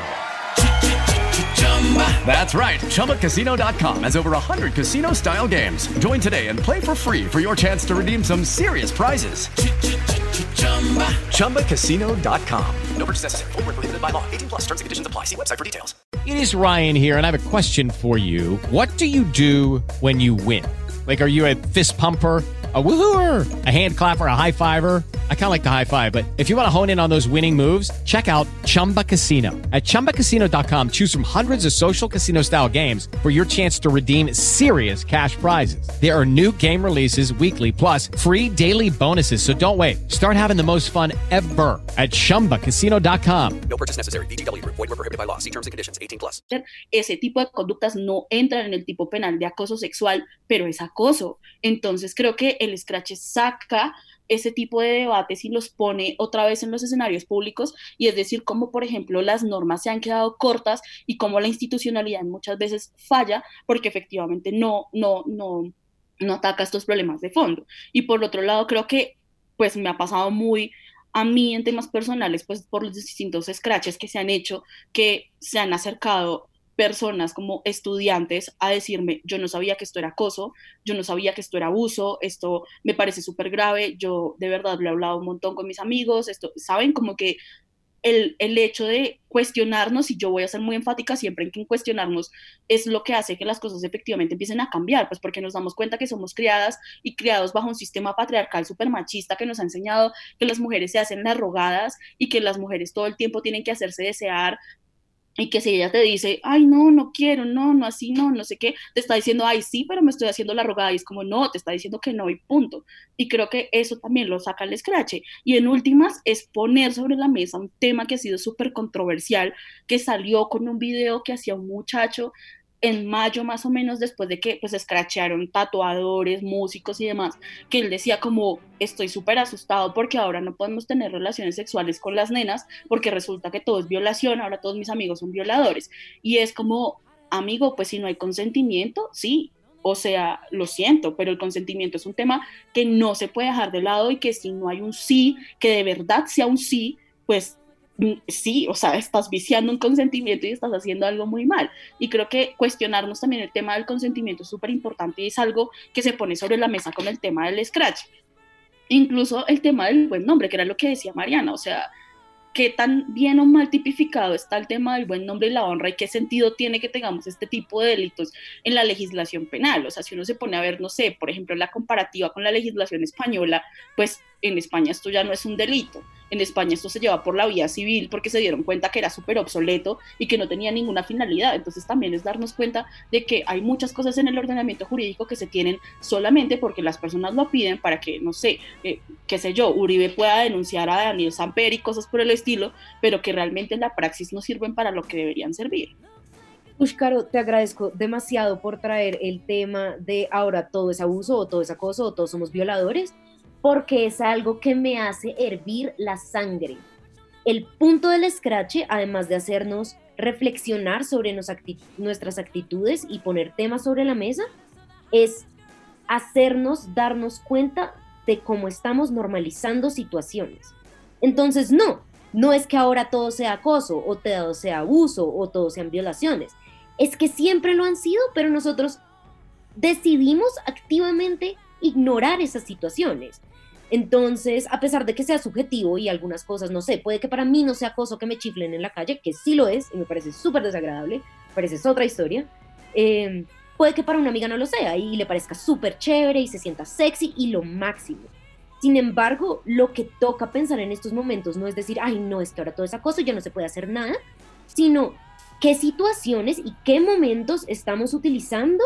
That's right. Chumba Casino dot com has over one hundred casino-style games. Join today and play for free for your chance to redeem some serious prizes. Chumba Casino dot com.
No purchase necessary. Void where prohibited by law. eighteen plus terms and conditions apply. See website for details.
It is Ryan here, and I have a question for you. What do you do when you win? Like, are you a fist pumper, a woohooer, a hand clapper, a high fiver? I kind of like the high five, but if you want to hone in on those winning moves, check out Chumba Casino. At Chumba Casino dot com, choose from hundreds of social casino-style games for your chance to redeem serious cash prizes. There are new game releases weekly, plus free daily bonuses, so don't wait. Start having the most fun ever at Chumba Casino dot com.
No purchase necessary. V G W. Void where prohibited by law. See terms and conditions. eighteen plus.
Ese tipo de conductas no entran en el tipo penal de acoso sexual, pero es acoso. Entonces creo que el escrache saca ese tipo de debates y los pone otra vez en los escenarios públicos, y es decir, cómo por ejemplo las normas se han quedado cortas y cómo la institucionalidad muchas veces falla porque efectivamente no, no, no, no ataca estos problemas de fondo. Y por otro lado creo que pues me ha pasado muy a mí en temas personales, pues por los distintos scratches que se han hecho, que se han acercado personas como estudiantes a decirme, yo no sabía que esto era acoso, yo no sabía que esto era abuso, esto me parece súper grave, yo de verdad lo he hablado un montón con mis amigos, esto, ¿saben? Como que el, el hecho de cuestionarnos, y yo voy a ser muy enfática siempre en que cuestionarnos es lo que hace que las cosas efectivamente empiecen a cambiar, pues porque nos damos cuenta que somos criadas y criados bajo un sistema patriarcal súper machista que nos ha enseñado que las mujeres se hacen las rogadas y que las mujeres todo el tiempo tienen que hacerse desear, y que si ella te dice, ay, no, no quiero, no, no, así, no, no sé qué, te está diciendo, ay, sí, pero me estoy haciendo la rogada, y es como, no, te está diciendo que no, y punto. Y creo que eso también lo saca el escrache. Y en últimas, es poner sobre la mesa un tema que ha sido súper controversial, que salió con un video que hacía un muchacho en mayo más o menos, después de que pues escrachearon tatuadores, músicos y demás, que él decía como, estoy súper asustado porque ahora no podemos tener relaciones sexuales con las nenas porque resulta que todo es violación, ahora todos mis amigos son violadores. Y es como, amigo, pues si no hay consentimiento, sí, o sea, lo siento, pero el consentimiento es un tema que no se puede dejar de lado, y que si no hay un sí, que de verdad sea un sí, pues sí, o sea, estás viciando un consentimiento y estás haciendo algo muy mal. Y creo que cuestionarnos también el tema del consentimiento es súper importante, y es algo que se pone sobre la mesa con el tema del scratch. Incluso el tema del buen nombre, que era lo que decía Mariana, o sea, qué tan bien o mal tipificado está el tema del buen nombre y la honra, y qué sentido tiene que tengamos este tipo de delitos en la legislación penal. O sea, si uno se pone a ver, no sé, por ejemplo, la comparativa con la legislación española, pues en España esto ya no es un delito. En España esto se lleva por la vía civil porque se dieron cuenta que era súper obsoleto y que no tenía ninguna finalidad. Entonces también es darnos cuenta de que hay muchas cosas en el ordenamiento jurídico que se tienen solamente porque las personas lo piden para que, no sé, eh, qué sé yo, Uribe pueda denunciar a Daniel Samper y cosas por el estilo, pero que realmente en la praxis no sirven para lo que deberían servir.
Ush, Caro, te agradezco demasiado por traer el tema de ahora todo es abuso o todo es acoso o todos somos violadores, porque es algo que me hace hervir la sangre. El punto del escrache, además de hacernos reflexionar sobre nos acti- nuestras actitudes y poner temas sobre la mesa, es hacernos darnos cuenta de cómo estamos normalizando situaciones. Entonces, no, no es que ahora todo sea acoso, o todo sea abuso, o todo sean violaciones. Es que siempre lo han sido, pero nosotros decidimos activamente ignorar esas situaciones. Entonces, a pesar de que sea subjetivo y algunas cosas, no sé, puede que para mí no sea acoso que me chiflen en la calle, que sí lo es, y me parece súper desagradable, me parece es otra historia, eh, puede que para una amiga no lo sea, y le parezca súper chévere, y se sienta sexy, y lo máximo. Sin embargo, lo que toca pensar en estos momentos no es decir, ay, no, es que ahora todo es acoso, ya no se puede hacer nada, sino qué situaciones y qué momentos estamos utilizando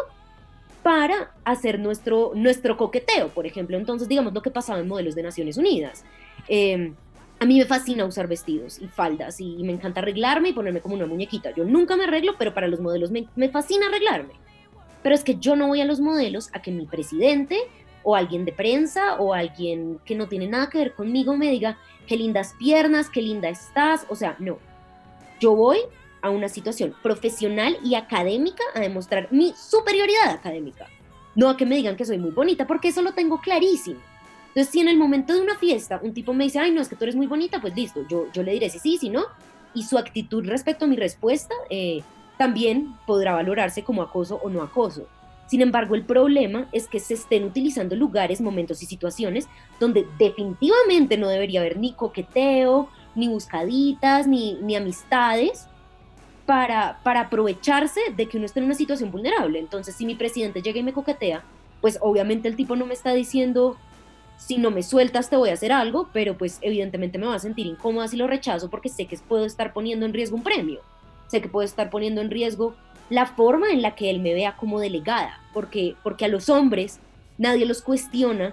para hacer nuestro, nuestro coqueteo, por ejemplo. Entonces, digamos lo que pasaba en Modelos de Naciones Unidas. Eh, a mí me fascina usar vestidos y faldas y, y me encanta arreglarme y ponerme como una muñequita. Yo nunca me arreglo, pero para los modelos me, me fascina arreglarme. Pero es que yo no voy a los modelos a que mi presidente o alguien de prensa o alguien que no tiene nada que ver conmigo me diga qué lindas piernas, qué linda estás. O sea, no. Yo voy a una situación profesional y académica a demostrar mi superioridad académica, no a que me digan que soy muy bonita, porque eso lo tengo clarísimo. Entonces, si en el momento de una fiesta un tipo me dice, ay, no, es que tú eres muy bonita, pues listo, yo, yo le diré si sí, si no, y su actitud respecto a mi respuesta eh, también podrá valorarse como acoso o no acoso. Sin embargo, el problema es que se estén utilizando lugares, momentos y situaciones donde definitivamente no debería haber ni coqueteo, ni buscaditas, ni, ni amistades, Para, para aprovecharse de que uno está en una situación vulnerable. Entonces, si mi presidente llega y me coquetea, pues obviamente el tipo no me está diciendo, si no me sueltas te voy a hacer algo, pero pues evidentemente me va a sentir incómoda si lo rechazo porque sé que puedo estar poniendo en riesgo un premio, sé que puedo estar poniendo en riesgo la forma en la que él me vea como delegada, porque, porque a los hombres nadie los cuestiona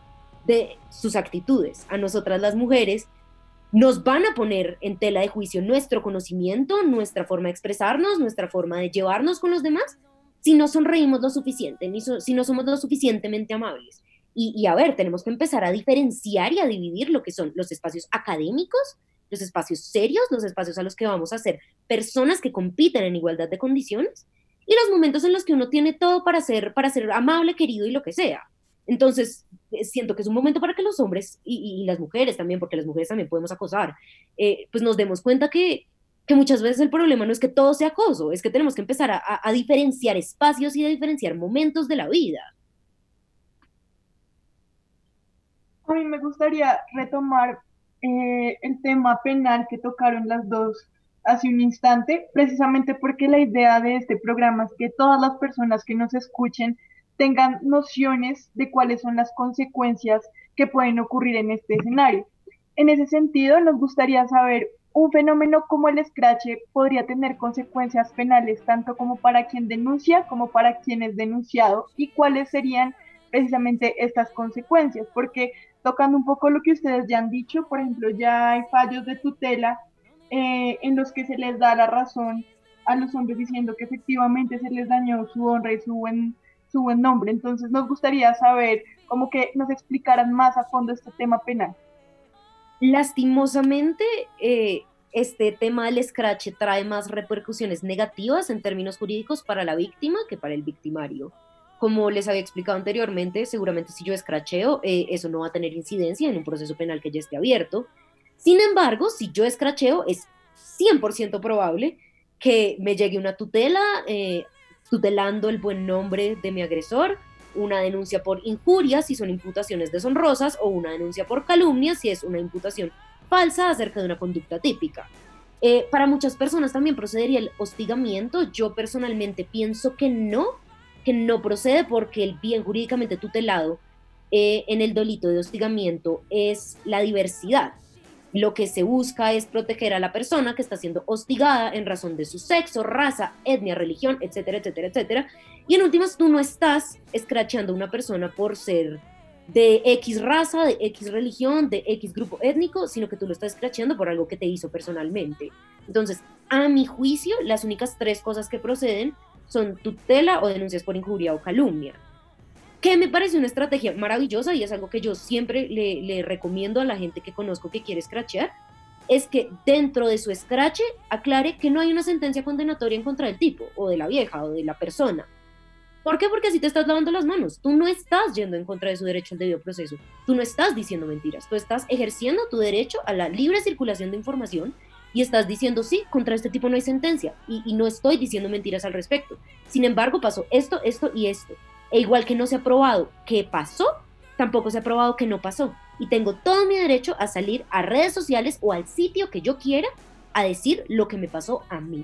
de sus actitudes. A nosotras las mujeres nos van a poner en tela de juicio nuestro conocimiento, nuestra forma de expresarnos, nuestra forma de llevarnos con los demás, si no sonreímos lo suficiente, ni so, si no somos lo suficientemente amables. Y, y a ver, tenemos que empezar a diferenciar y a dividir lo que son los espacios académicos, los espacios serios, los espacios a los que vamos a ser personas que compiten en igualdad de condiciones, y los momentos en los que uno tiene todo para ser, para ser amable, querido y lo que sea. Entonces, siento que es un momento para que los hombres y, y las mujeres también, porque las mujeres también podemos acosar, eh, pues nos demos cuenta que, que muchas veces el problema no es que todo sea acoso, es que tenemos que empezar a, a, a diferenciar espacios y a diferenciar momentos de la vida.
A mí me gustaría retomar eh, el tema penal que tocaron las dos hace un instante, precisamente porque la idea de este programa es que todas las personas que nos escuchen tengan nociones de cuáles son las consecuencias que pueden ocurrir en este escenario. En ese sentido, nos gustaría saber, un fenómeno como el escrache podría tener consecuencias penales tanto como para quien denuncia como para quien es denunciado, y cuáles serían precisamente estas consecuencias, porque tocando un poco lo que ustedes ya han dicho, por ejemplo, ya hay fallos de tutela eh, en los que se les da la razón a los hombres diciendo que efectivamente se les dañó su honra y su buen su buen nombre. Entonces nos gustaría saber, como que nos explicaran más a fondo este tema penal.
Lastimosamente, eh, este tema del escrache trae más repercusiones negativas en términos jurídicos para la víctima que para el victimario. Como les había explicado anteriormente, seguramente si yo escracheo, eh, eso no va a tener incidencia en un proceso penal que ya esté abierto. Sin embargo, si yo escracheo, es cien por ciento probable que me llegue una tutela, eh, tutelando el buen nombre de mi agresor, una denuncia por injuria si son imputaciones deshonrosas o una denuncia por calumnia si es una imputación falsa acerca de una conducta típica. Eh, para muchas personas también procedería el hostigamiento. Yo personalmente pienso que no, que no procede porque el bien jurídicamente tutelado eh, en el delito de hostigamiento es la diversidad. Lo que se busca es proteger a la persona que está siendo hostigada en razón de su sexo, raza, etnia, religión, etcétera, etcétera, etcétera. Y en últimas, tú no estás escracheando a una persona por ser de X raza, de X religión, de X grupo étnico, sino que tú lo estás escracheando por algo que te hizo personalmente. Entonces, a mi juicio, las únicas tres cosas que proceden son tutela o denuncias por injuria o calumnia, que me parece una estrategia maravillosa y es algo que yo siempre le, le recomiendo a la gente que conozco que quiere escrachear, es que dentro de su escrache aclare que no hay una sentencia condenatoria en contra del tipo, o de la vieja, o de la persona. ¿Por qué? Porque así te estás lavando las manos. Tú no estás yendo en contra de su derecho al debido proceso. Tú no estás diciendo mentiras. Tú estás ejerciendo tu derecho a la libre circulación de información y estás diciendo, sí, contra este tipo no hay sentencia y, y no estoy diciendo mentiras al respecto. Sin embargo, pasó esto, esto y esto. E igual que no se ha probado que pasó, tampoco se ha probado que no pasó. Y tengo todo mi derecho a salir a redes sociales o al sitio que yo quiera a decir lo que me pasó a mí.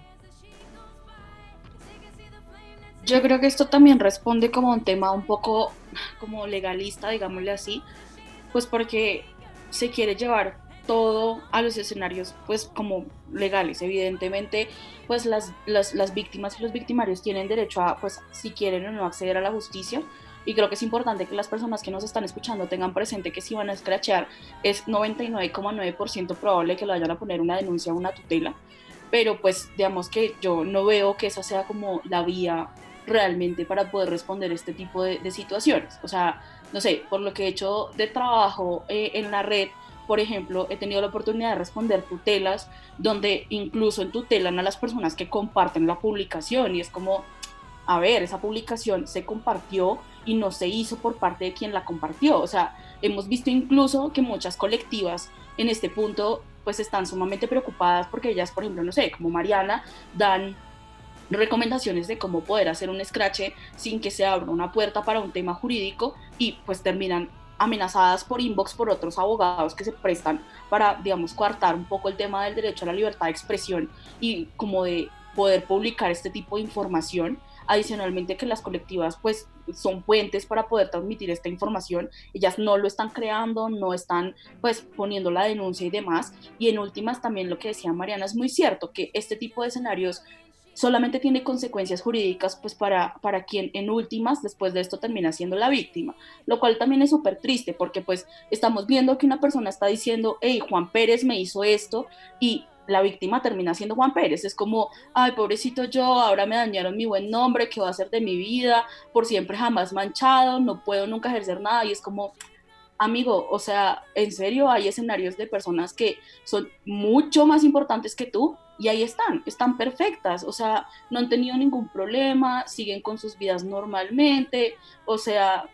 Yo creo que esto también responde como un tema un poco como legalista, digámosle así, pues porque se quiere llevar todo a los escenarios pues como legales. Evidentemente pues las, las, las víctimas y los victimarios tienen derecho a, pues si quieren o no, acceder a la justicia, y creo que es importante que las personas que nos están escuchando tengan presente que si van a escrachear es noventa y nueve coma nueve por ciento probable que lo vayan a poner una denuncia o una tutela, pero pues digamos que yo no veo que esa sea como la vía realmente para poder responder este tipo de, de situaciones. O sea, no sé, por lo que he hecho de trabajo eh, en la red, por ejemplo, he tenido la oportunidad de responder tutelas donde incluso tutelan a las personas que comparten la publicación y es como, a ver, esa publicación se compartió y no se hizo por parte de quien la compartió. O sea, hemos visto incluso que muchas colectivas en este punto pues están sumamente preocupadas porque ellas, por ejemplo, no sé, como Mariana, dan recomendaciones de cómo poder hacer un escrache sin que se abra una puerta para un tema jurídico y pues terminan amenazadas por inbox por otros abogados que se prestan para, digamos, coartar un poco el tema del derecho a la libertad de expresión y como de poder publicar este tipo de información. Adicionalmente que las colectivas pues son puentes para poder transmitir esta información, ellas no lo están creando, no están pues poniendo la denuncia y demás, y en últimas también lo que decía Mariana es muy cierto, que este tipo de escenarios solamente tiene consecuencias jurídicas pues para, para quien en últimas después de esto termina siendo la víctima, lo cual también es súper triste porque pues estamos viendo que una persona está diciendo, hey, Juan Pérez me hizo esto, y la víctima termina siendo Juan Pérez. Es como, ay, pobrecito yo, ahora me dañaron mi buen nombre, ¿qué va a hacer de mi vida? Por siempre jamás manchado, no puedo nunca ejercer nada, y es como, amigo, o sea, en serio, hay escenarios de personas que son mucho más importantes que tú, y ahí están, están perfectas, o sea, no han tenido ningún problema, siguen con sus vidas normalmente, o sea,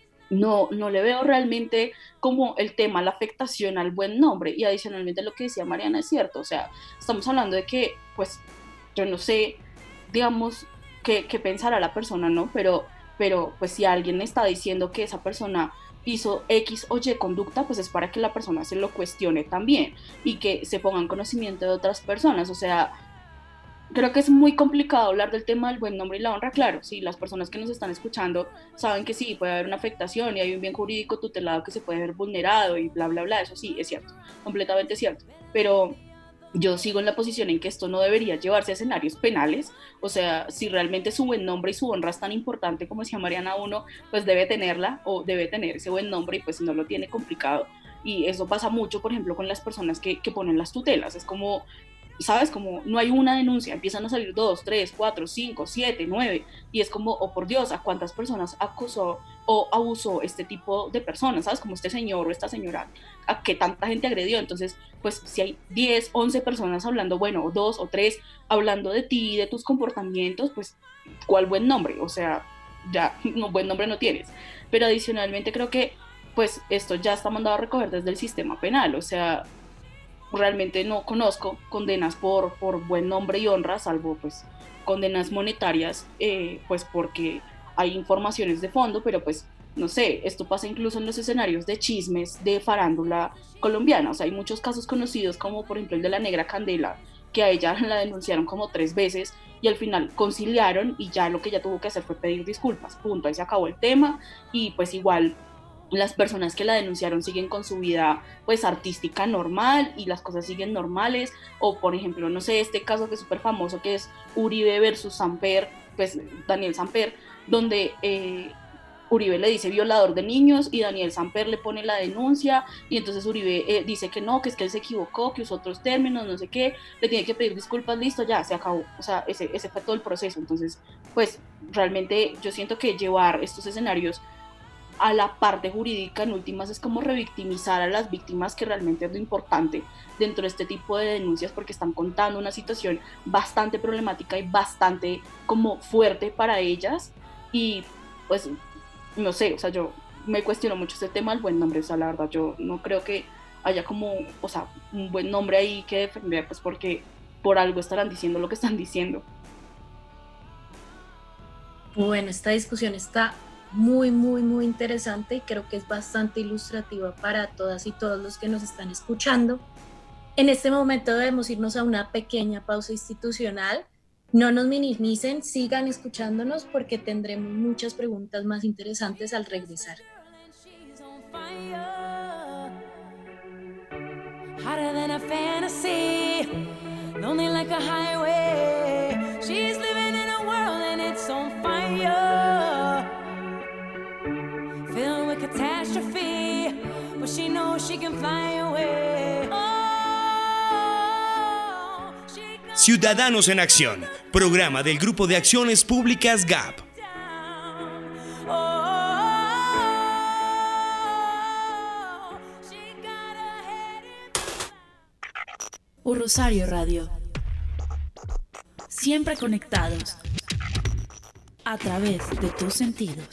no, no le veo realmente como el tema, la afectación al buen nombre. Y adicionalmente lo que decía Mariana es cierto, o sea, estamos hablando de que, pues, yo no sé, digamos, qué, qué pensará la persona, ¿no? Pero, pero, pues, si alguien está diciendo que esa persona hizo X o Y conducta, pues es para que la persona se lo cuestione también y que se ponga en conocimiento de otras personas. O sea, creo que es muy complicado hablar del tema del buen nombre y la honra. Claro, sí, las personas que nos están escuchando saben que sí, puede haber una afectación y hay un bien jurídico tutelado que se puede ver vulnerado y bla, bla, bla, eso sí, es cierto, completamente cierto, pero yo sigo en la posición en que esto no debería llevarse a escenarios penales. O sea, si realmente su buen nombre y su honra es tan importante como decía Mariana, uno pues debe tenerla o debe tener ese buen nombre, y pues si no lo tiene, complicado. Y eso pasa mucho, por ejemplo, con las personas que, que ponen las tutelas. Es como, ¿sabes? Como no hay una denuncia, empiezan a salir dos, tres, cuatro, cinco, siete, nueve, y es como, oh por Dios, ¿a cuántas personas acosó o abusó este tipo de personas? ¿Sabes? Como este señor o esta señora, ¿a qué tanta gente agredió? Entonces, pues si hay diez, once personas hablando, bueno, dos o tres hablando de ti, de tus comportamientos, pues, ¿cuál buen nombre? O sea, ya, no, buen nombre no tienes. Pero adicionalmente creo que, pues, esto ya está mandado a recoger desde el sistema penal. O sea, realmente no conozco condenas por, por buen nombre y honra, salvo pues condenas monetarias, eh, pues porque hay informaciones de fondo, pero pues no sé, esto pasa incluso en los escenarios de chismes de farándula colombiana. O sea, hay muchos casos conocidos como por ejemplo el de la Negra Candela, que a ella la denunciaron como tres veces y al final conciliaron y ya lo que ella tuvo que hacer fue pedir disculpas, punto, ahí se acabó el tema. Y pues igual las personas que la denunciaron siguen con su vida pues artística normal y las cosas siguen normales, o por ejemplo, no sé, este caso que es súper famoso que es Uribe versus Samper, pues Daniel Samper, donde eh, Uribe le dice violador de niños y Daniel Samper le pone la denuncia y entonces Uribe eh, dice que no, que es que él se equivocó, que usó otros términos, no sé qué, le tiene que pedir disculpas, listo, ya, se acabó, o sea, ese, ese fue todo el proceso. Entonces, pues realmente yo siento que llevar estos escenarios a la parte jurídica en últimas es como revictimizar a las víctimas, que realmente es lo importante dentro de este tipo de denuncias, porque están contando una situación bastante problemática y bastante como fuerte para ellas. Y pues no sé, o sea, yo me cuestiono mucho este tema del buen nombre, o sea, la verdad yo no creo que haya como, o sea, un buen nombre ahí que defender, pues porque por algo estarán diciendo lo que están diciendo.
Bueno, esta discusión está muy, muy, muy interesante y creo que es bastante ilustrativa para todas y todos los que nos están escuchando. En este momento debemos irnos a una pequeña pausa institucional. No nos minimicen, sigan escuchándonos porque tendremos muchas preguntas más interesantes al regresar.
Hotter than a fantasy, lonely like a highway. She's living in a world and it's on fire, filled with catastrophe, but she knows she can fly away. Oh, she
Ciudadanos en Acción, programa del Grupo de Acciones Públicas G A P.
Un Rosario Radio. Siempre conectados a través de tus sentidos.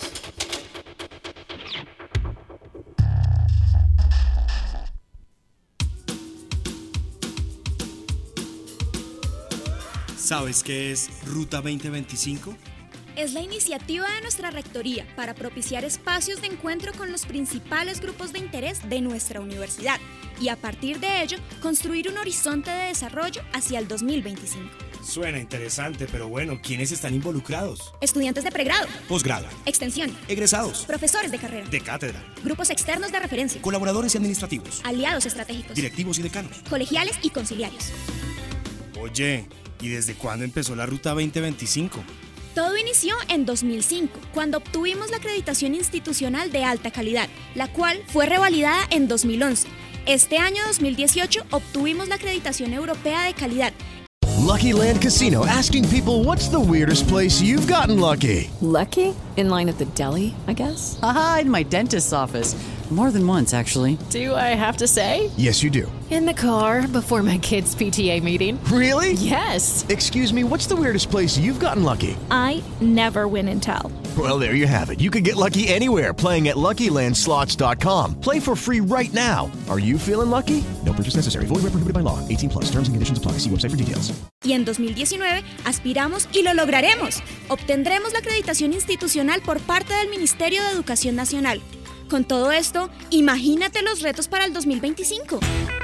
¿Sabes qué es Ruta veinte veinticinco?
Es la iniciativa de nuestra rectoría para propiciar espacios de encuentro con los principales grupos de interés de nuestra universidad y a partir de ello construir un horizonte de desarrollo hacia el dos mil veinticinco.
Suena interesante, pero bueno, ¿quiénes están involucrados?
Estudiantes de pregrado,
posgrado,
extensión,
egresados,
profesores de carrera,
de cátedra,
grupos externos de referencia,
colaboradores y administrativos,
aliados estratégicos,
directivos y decanos,
colegiales y conciliarios.
Oye, ¿y desde cuándo empezó la Ruta veinte veinticinco?
Todo inició en dos mil cinco, cuando obtuvimos la acreditación institucional de alta calidad, la cual fue revalidada en dos mil once. Este año dos mil dieciocho obtuvimos la acreditación europea de calidad.
Lucky Land Casino, asking people, what's the weirdest place you've gotten lucky?
Lucky? In line at the deli, I guess?
Aha, in my dentist's office. More than once, actually.
Do I have to say?
Yes, you do.
In the car before my kids' P T A meeting.
Really?
Yes.
Excuse me, what's the weirdest place you've gotten lucky?
I never win and tell.
Well, there you have it. You can get lucky anywhere, playing at Lucky Land Slots dot com. Play for free right now. Are you feeling lucky? No purchase necessary. Void where prohibited by law. eighteen plus. Terms and conditions apply. See website for details.
Y en dos mil diecinueve aspiramos y lo lograremos. Obtendremos la acreditación institucional por parte del Ministerio de Educación Nacional. Con todo esto, imagínate los retos para el dos mil veinticinco.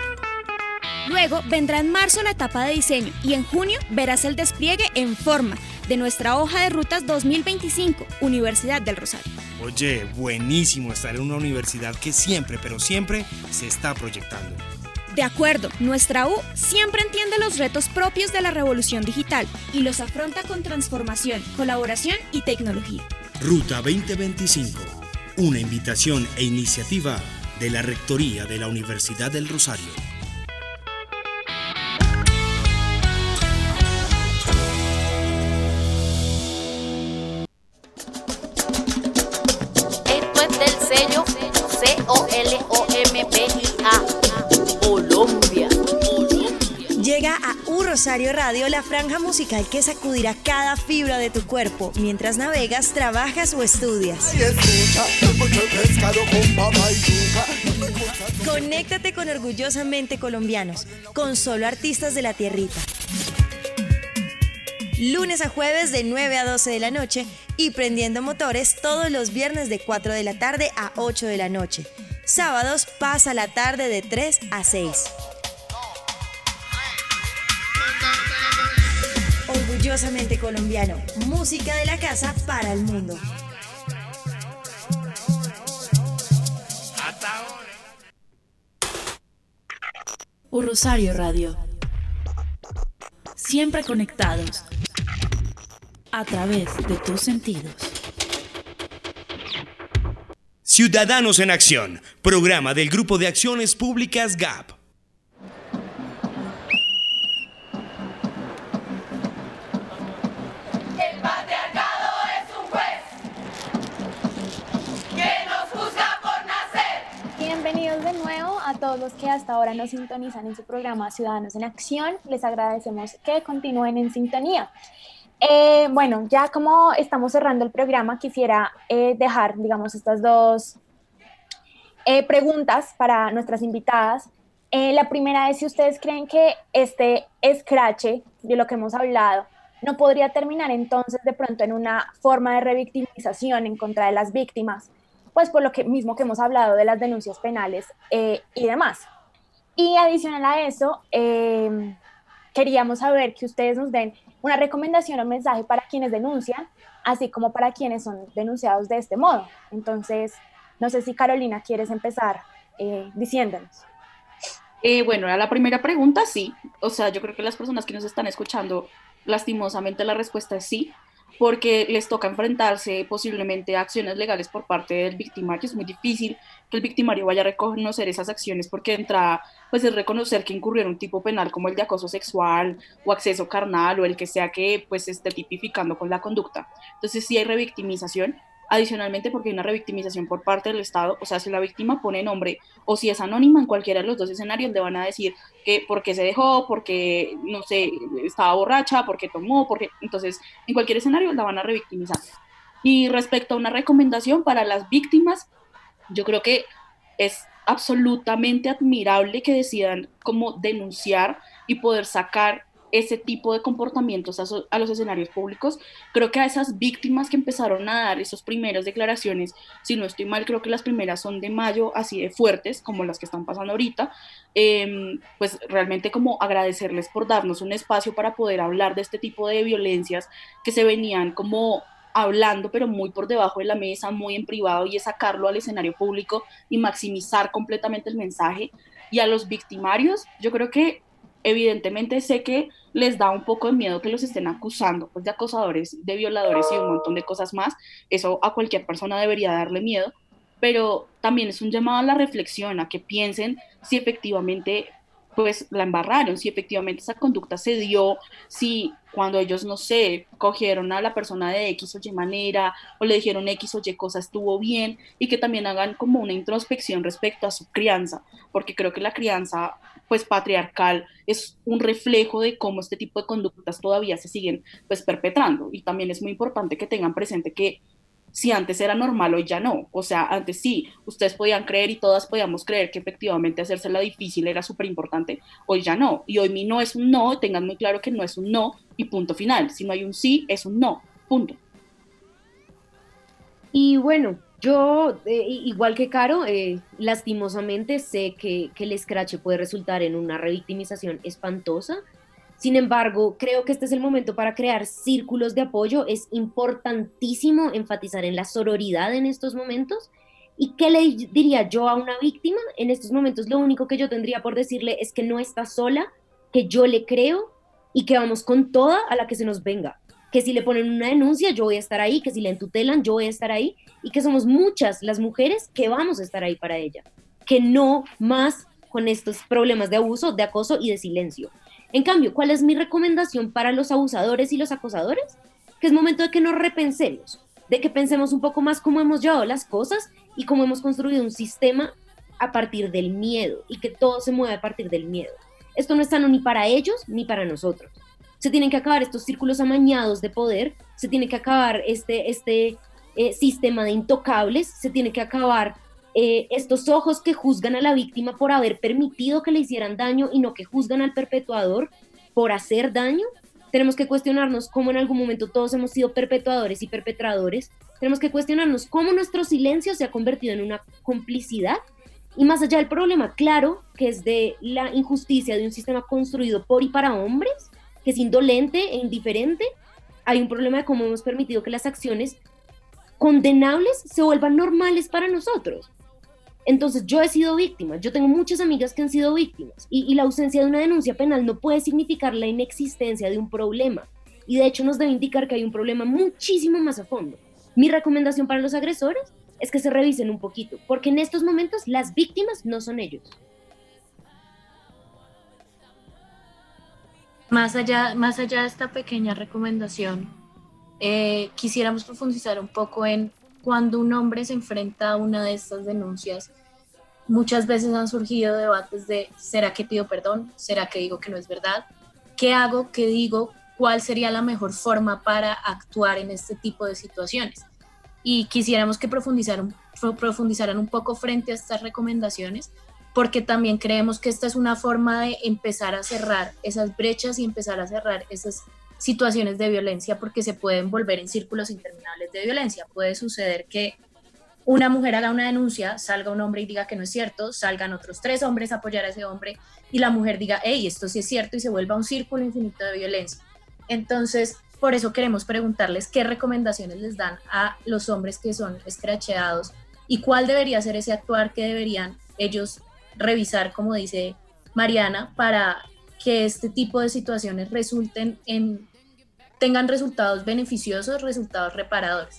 Luego vendrá en marzo la etapa de diseño y en junio verás el despliegue en forma de nuestra hoja de rutas dos mil veinticinco, Universidad del Rosario.
Oye, buenísimo estar en una universidad que siempre, pero siempre se está proyectando.
De acuerdo, nuestra U siempre entiende los retos propios de la revolución digital y los afronta con transformación, colaboración y tecnología.
Ruta veinte veinticinco, una invitación e iniciativa de la Rectoría de la Universidad del Rosario.
Esto es del sello C O L O M B I A, Colombia.
Llega a U Rosario Radio la franja musical que sacudirá cada fibra de tu cuerpo mientras navegas, trabajas o estudias. Conéctate con Orgullosamente Colombianos, con solo artistas de la tierrita. Lunes a jueves de nueve a doce de la noche y prendiendo motores todos los viernes de cuatro de la tarde a ocho de la noche. Sábados pasa la tarde de tres a seis. Orgullosamente Colombiano, música de la casa para el mundo.
Rosario Radio. Siempre conectados a través de tus sentidos.
Ciudadanos en Acción, programa del Grupo de Acciones Públicas G A P.
El patriarcado es un juez que nos juzga por nacer.
Bienvenidos de nuevo a todos los que hasta ahora nos sintonizan en su programa Ciudadanos en Acción. Les agradecemos que continúen en sintonía. Eh, bueno, ya como estamos cerrando el programa, quisiera eh, dejar, digamos, estas dos eh, preguntas para nuestras invitadas. Eh, la primera es si ustedes creen que este escrache de lo que hemos hablado no podría terminar entonces de pronto en una forma de revictimización en contra de las víctimas, pues por lo que mismo que hemos hablado de las denuncias penales eh, y demás. Y adicional a eso, eh, queríamos saber que ustedes nos den una recomendación o mensaje para quienes denuncian, así como para quienes son denunciados de este modo. Entonces, no sé si Carolina quieres empezar eh, diciéndonos.
Eh, bueno, a la primera pregunta, sí. O sea, yo creo que las personas que nos están escuchando, lastimosamente la respuesta es sí, porque les toca enfrentarse posiblemente a acciones legales por parte del victimario. Es muy difícil que el victimario vaya a reconocer esas acciones porque de entrada pues es reconocer que incurrió en un tipo penal como el de acoso sexual o acceso carnal o el que sea que pues esté tipificando con la conducta. Entonces sí hay revictimización. Adicionalmente, porque hay una revictimización por parte del Estado, o sea, si la víctima pone nombre o si es anónima en cualquiera de los dos escenarios, le van a decir que porque se dejó, porque, no sé, estaba borracha, porque tomó, porque... Entonces, en cualquier escenario la van a revictimizar. Y respecto a una recomendación para las víctimas, yo creo que es absolutamente admirable que decidan cómo denunciar y poder sacar ese tipo de comportamientos a, so, a los escenarios públicos. Creo que a esas víctimas que empezaron a dar esas primeras declaraciones, si no estoy mal, creo que las primeras son de mayo, así de fuertes, como las que están pasando ahorita, eh, pues realmente como agradecerles por darnos un espacio para poder hablar de este tipo de violencias que se venían como hablando, pero muy por debajo de la mesa, muy en privado, y es sacarlo al escenario público y maximizar completamente el mensaje. Y a los victimarios, yo creo que evidentemente sé que les da un poco de miedo que los estén acusando pues, de acosadores, de violadores y un montón de cosas más. Eso a cualquier persona debería darle miedo, pero también es un llamado a la reflexión, a que piensen si efectivamente pues la embarraron, si efectivamente esa conducta se dio, si cuando ellos, no sé, cogieron a la persona de X o Y manera, o le dijeron X o Y cosa estuvo bien, y que también hagan como una introspección respecto a su crianza, porque creo que la crianza pues patriarcal es un reflejo de cómo este tipo de conductas todavía se siguen pues perpetrando, y también es muy importante que tengan presente que si antes era normal, hoy ya no. O sea, antes sí, ustedes podían creer y todas podíamos creer que efectivamente hacérsela difícil era súper importante, hoy ya no. Y hoy mi no es un no, tengan muy claro que no es un no y punto final. Si no hay un sí, es un no, punto.
Y bueno, yo, eh, igual que Caro, eh, lastimosamente sé que, que el escrache puede resultar en una revictimización espantosa. Sin embargo, creo que este es el momento para crear círculos de apoyo. Es importantísimo enfatizar en la sororidad en estos momentos. ¿Y qué le diría yo a una víctima? En estos momentos lo único que yo tendría por decirle es que no está sola, que yo le creo y que vamos con toda a la que se nos venga. Que si le ponen una denuncia, yo voy a estar ahí, que si la entutelan, yo voy a estar ahí, y que somos muchas las mujeres que vamos a estar ahí para ella. Que no más con estos problemas de abuso, de acoso y de silencio. En cambio, ¿cuál es mi recomendación para los abusadores y los acosadores? Que es momento de que nos repensemos, de que pensemos un poco más cómo hemos llevado las cosas y cómo hemos construido un sistema a partir del miedo, y que todo se mueve a partir del miedo. Esto no es sano ni para ellos ni para nosotros. Se tienen que acabar estos círculos amañados de poder, se tiene que acabar este, este eh, sistema de intocables, se tiene que acabar Eh, estos ojos que juzgan a la víctima por haber permitido que le hicieran daño y no que juzgan al perpetuador por hacer daño. Tenemos que cuestionarnos cómo en algún momento todos hemos sido perpetuadores y perpetradores. Tenemos que cuestionarnos cómo nuestro silencio se ha convertido en una complicidad. Y más allá del problema, claro, que es de la injusticia de un sistema construido por y para hombres, que es indolente e indiferente, hay un problema de cómo hemos permitido que las acciones condenables se vuelvan normales para nosotros. Entonces yo he sido víctima, yo tengo muchas amigas que han sido víctimas y, y la ausencia de una denuncia penal no puede significar la inexistencia de un problema y de hecho nos debe indicar que hay un problema muchísimo más a fondo. Mi recomendación para los agresores es que se revisen un poquito, porque en estos momentos las víctimas no son ellos.
Más allá, más allá de esta pequeña recomendación, eh, quisiéramos profundizar un poco en cuando un hombre se enfrenta a una de estas denuncias. Muchas veces han surgido debates de ¿será que pido perdón? ¿Será que digo que no es verdad? ¿Qué hago? ¿Qué digo? ¿Cuál sería la mejor forma para actuar en este tipo de situaciones? Y quisiéramos que profundizaran, profundizaran un poco frente a estas recomendaciones, porque también creemos que esta es una forma de empezar a cerrar esas brechas y empezar a cerrar esas situaciones de violencia, porque se pueden volver en círculos interminables de violencia. Puede suceder que una mujer haga una denuncia, salga un hombre y diga que no es cierto, salgan otros tres hombres a apoyar a ese hombre y la mujer diga, hey, esto sí es cierto, y se vuelva un círculo infinito de violencia. Entonces, por eso queremos preguntarles qué recomendaciones les dan a los hombres que son escracheados y cuál debería ser ese actuar que deberían ellos revisar, como dice Mariana, para que este tipo de situaciones resulten en, tengan resultados beneficiosos, resultados reparadores.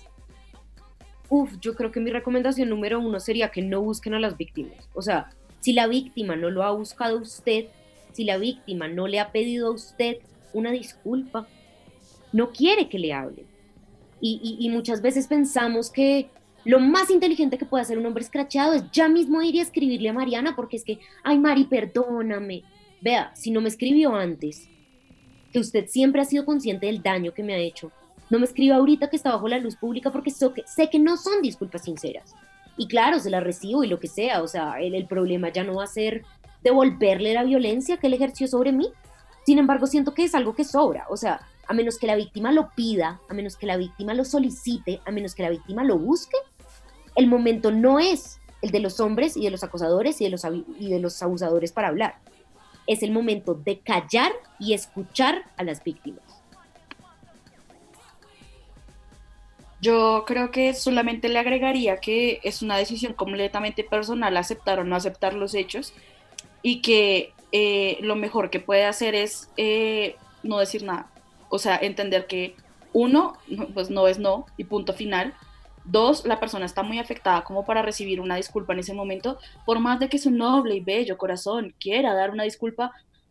Uf, yo creo que mi recomendación número uno sería que no busquen a las víctimas. O sea, si la víctima no lo ha buscado a usted, si la víctima no le ha pedido a usted una disculpa, no quiere que le hablen. Y, y, y muchas veces pensamos que lo más inteligente que puede hacer un hombre escrachado es ya mismo ir y escribirle a Mariana, porque es que, ay Mari, perdóname. Vea, si no me escribió antes, que usted siempre ha sido consciente del daño que me ha hecho, no me escriba ahorita que está bajo la luz pública, porque so que, sé que no son disculpas sinceras. Y claro, se las recibo y lo que sea, o sea, el, el problema ya no va a ser devolverle la violencia que él ejerció sobre mí. Sin embargo, siento que es algo que sobra, o sea, a menos que la víctima lo pida, a menos que la víctima lo solicite, a menos que la víctima lo busque, el momento no es el de los hombres y de los acosadores y de los, y de los abusadores para hablar. Es el momento de callar y escuchar a las víctimas.
Yo creo que solamente le agregaría que es una decisión completamente personal aceptar o no aceptar los hechos y que eh, lo mejor que puede hacer es eh, no decir nada. O sea, entender que uno, pues no es no y punto final. Dos, la persona está muy afectada como para recibir una disculpa en ese momento, por más de que su noble y bello corazón quiera dar una disculpa,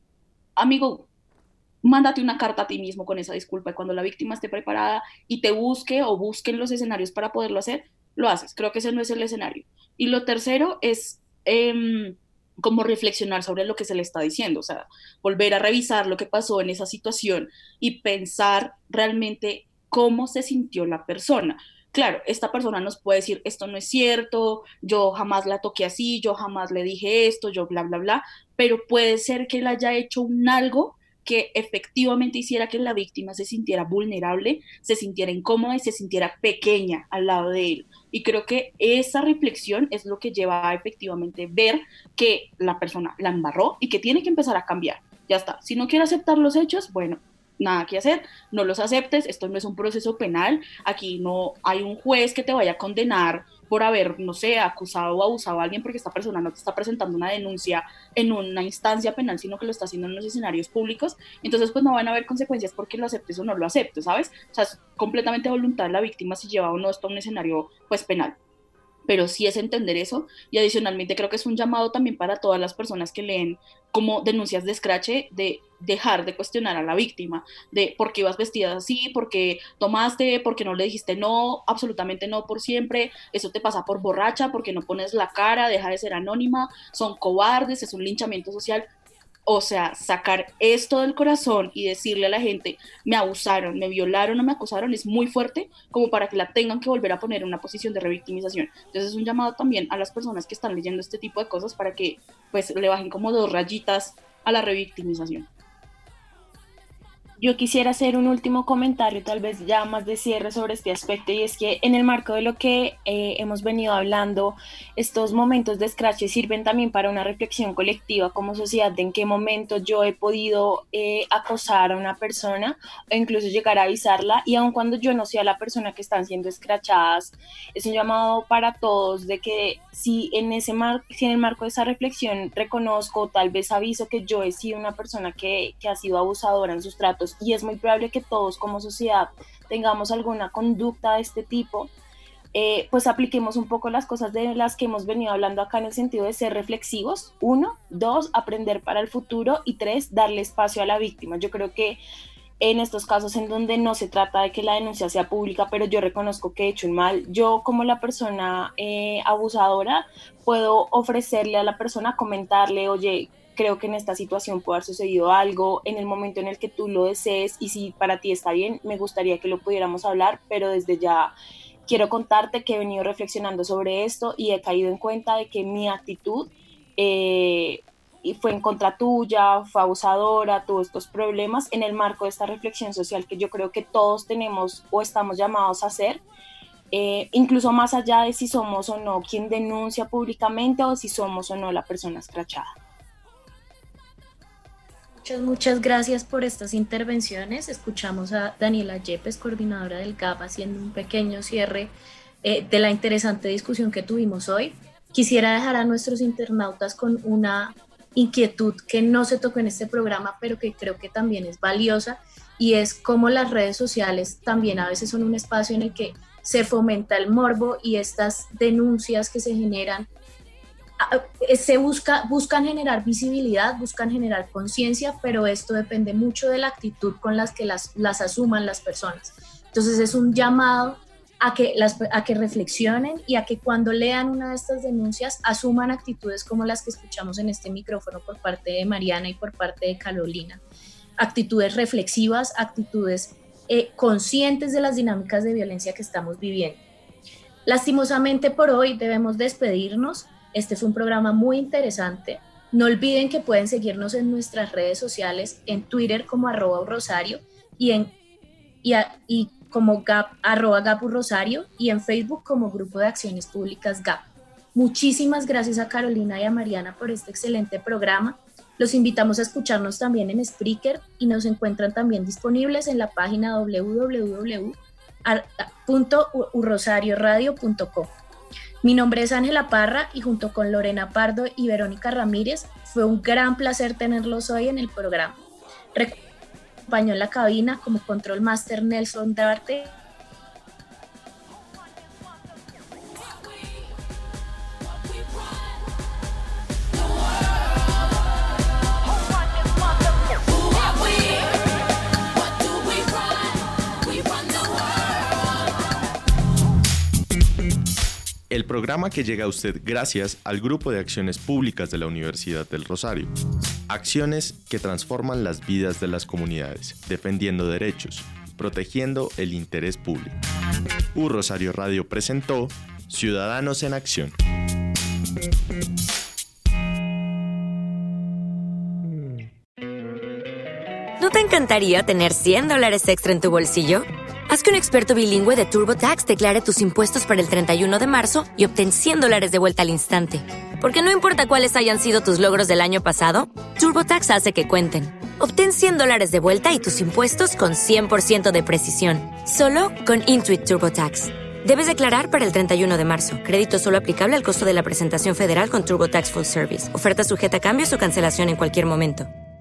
amigo, mándate una carta a ti mismo con esa disculpa y cuando la víctima esté preparada y te busque o busquen los escenarios para poderlo hacer, lo haces. Creo que ese no es el escenario. Y lo tercero es eh, como reflexionar sobre lo que se le está diciendo, o sea, volver a revisar lo que pasó en esa situación y pensar realmente cómo se sintió la persona. Claro, esta persona nos puede decir, esto no es cierto, yo jamás la toqué así, yo jamás le dije esto, yo bla, bla, bla, pero puede ser que él haya hecho un algo que efectivamente hiciera que la víctima se sintiera vulnerable, se sintiera incómoda y se sintiera pequeña al lado de él. Y creo que esa reflexión es lo que lleva a efectivamente ver que la persona la embarró y que tiene que empezar a cambiar. Ya está, si no quiere aceptar los hechos, bueno, nada que hacer, no los aceptes, esto no es un proceso penal, aquí no hay un juez que te vaya a condenar por haber, no sé, acusado o abusado a alguien porque esta persona no te está presentando una denuncia en una instancia penal, sino que lo está haciendo en los escenarios públicos, entonces pues no van a haber consecuencias porque lo aceptes o no lo aceptes, ¿sabes? O sea, es completamente voluntad de la víctima si lleva o no esto a un escenario pues penal. Pero sí es entender eso y adicionalmente creo que es un llamado también para todas las personas que leen como denuncias de escrache de dejar de cuestionar a la víctima, de por qué ibas vestida así, por qué tomaste, por qué no le dijiste no, absolutamente no por siempre, eso te pasa por borracha, porque no pones la cara, deja de ser anónima, son cobardes, es un linchamiento social. O sea, sacar esto del corazón y decirle a la gente, me abusaron, me violaron o me acosaron, es muy fuerte como para que la tengan que volver a poner en una posición de revictimización. Entonces es un llamado también a las personas que están leyendo este tipo de cosas para que pues le bajen como dos rayitas a la revictimización. Yo quisiera hacer un último comentario, tal vez ya más de cierre sobre este aspecto, y es que en el marco de lo que eh, hemos venido hablando, estos momentos de scratch sirven también para una reflexión colectiva como sociedad de en qué momento yo he podido eh, acosar a una persona o incluso llegar a avisarla, y aun cuando yo no sea la persona que están siendo scratchadas, es un llamado para todos de que si en, ese mar si en el marco de esa reflexión reconozco, tal vez aviso que yo he sido una persona que, que ha sido abusadora en sus tratos, y es muy probable que todos como sociedad tengamos alguna conducta de este tipo, eh, pues apliquemos un poco las cosas de las que hemos venido hablando acá en el sentido de ser reflexivos, uno, dos, aprender para el futuro, y tres, darle espacio a la víctima. Yo creo que en estos casos en donde no se trata de que la denuncia sea pública, pero yo reconozco que he hecho un mal, yo como la persona eh, abusadora puedo ofrecerle a la persona, comentarle, oye, creo que en esta situación puede haber sucedido algo, en el momento en el que tú lo desees, y si para ti está bien, me gustaría que lo pudiéramos hablar, pero desde ya quiero contarte que he venido reflexionando sobre esto y he caído en cuenta de que mi actitud eh, fue en contra tuya, fue abusadora, tuvo estos problemas en el marco de esta reflexión social que yo creo que todos tenemos o estamos llamados a hacer, eh, incluso más allá de si somos o no quien denuncia públicamente o si somos o no la persona escrachada.
Muchas, muchas gracias por estas intervenciones. Escuchamos a Daniela Yepes, coordinadora del G A P, haciendo un pequeño cierre eh, de la interesante discusión que tuvimos hoy. Quisiera dejar a nuestros internautas con una inquietud que no se tocó en este programa, pero que creo que también es valiosa, y es cómo las redes sociales también a veces son un espacio en el que se fomenta el morbo, y estas denuncias que se generan se busca, buscan generar visibilidad, buscan generar conciencia, pero esto depende mucho de la actitud con las que las, las asuman las personas. Entonces es un llamado a que, las, a que reflexionen y a que cuando lean una de estas denuncias asuman actitudes como las que escuchamos en este micrófono por parte de Mariana y por parte de Carolina. Actitudes reflexivas, actitudes eh, conscientes de las dinámicas de violencia que estamos viviendo. Lastimosamente por hoy debemos despedirnos. Este fue un programa muy interesante. No olviden que pueden seguirnos en nuestras redes sociales, en Twitter como arroba Rosario y, en, y, a, y como gap, arroba Gapu Rosario, y en Facebook como Grupo de Acciones Públicas G A P. Muchísimas gracias a Carolina y a Mariana por este excelente programa. Los invitamos a escucharnos también en Spreaker y nos encuentran también disponibles en la página doble u doble u doble u punto rosario radio punto com. Mi nombre es Ángela Parra y junto con Lorena Pardo y Verónica Ramírez fue un gran placer tenerlos hoy en el programa. Recuerden, me acompañó en la cabina como Control Master Nelson Darte.
El programa que llega a usted gracias al Grupo de Acciones Públicas de la Universidad del Rosario. Acciones que transforman las vidas de las comunidades, defendiendo derechos, protegiendo el interés público. U Rosario Radio presentó Ciudadanos en Acción.
¿No te encantaría tener cien dólares extra en tu bolsillo? Haz que un experto bilingüe de TurboTax declare tus impuestos para el treinta y uno de marzo y obtén cien dólares de vuelta al instante. Porque no importa cuáles hayan sido tus logros del año pasado, TurboTax hace que cuenten. Obtén cien dólares de vuelta y tus impuestos con cien por ciento de precisión. Solo con Intuit TurboTax. Debes declarar para el treinta y uno de marzo. Crédito solo aplicable al costo de la presentación federal con TurboTax Full Service. Oferta sujeta a cambios o cancelación en cualquier momento.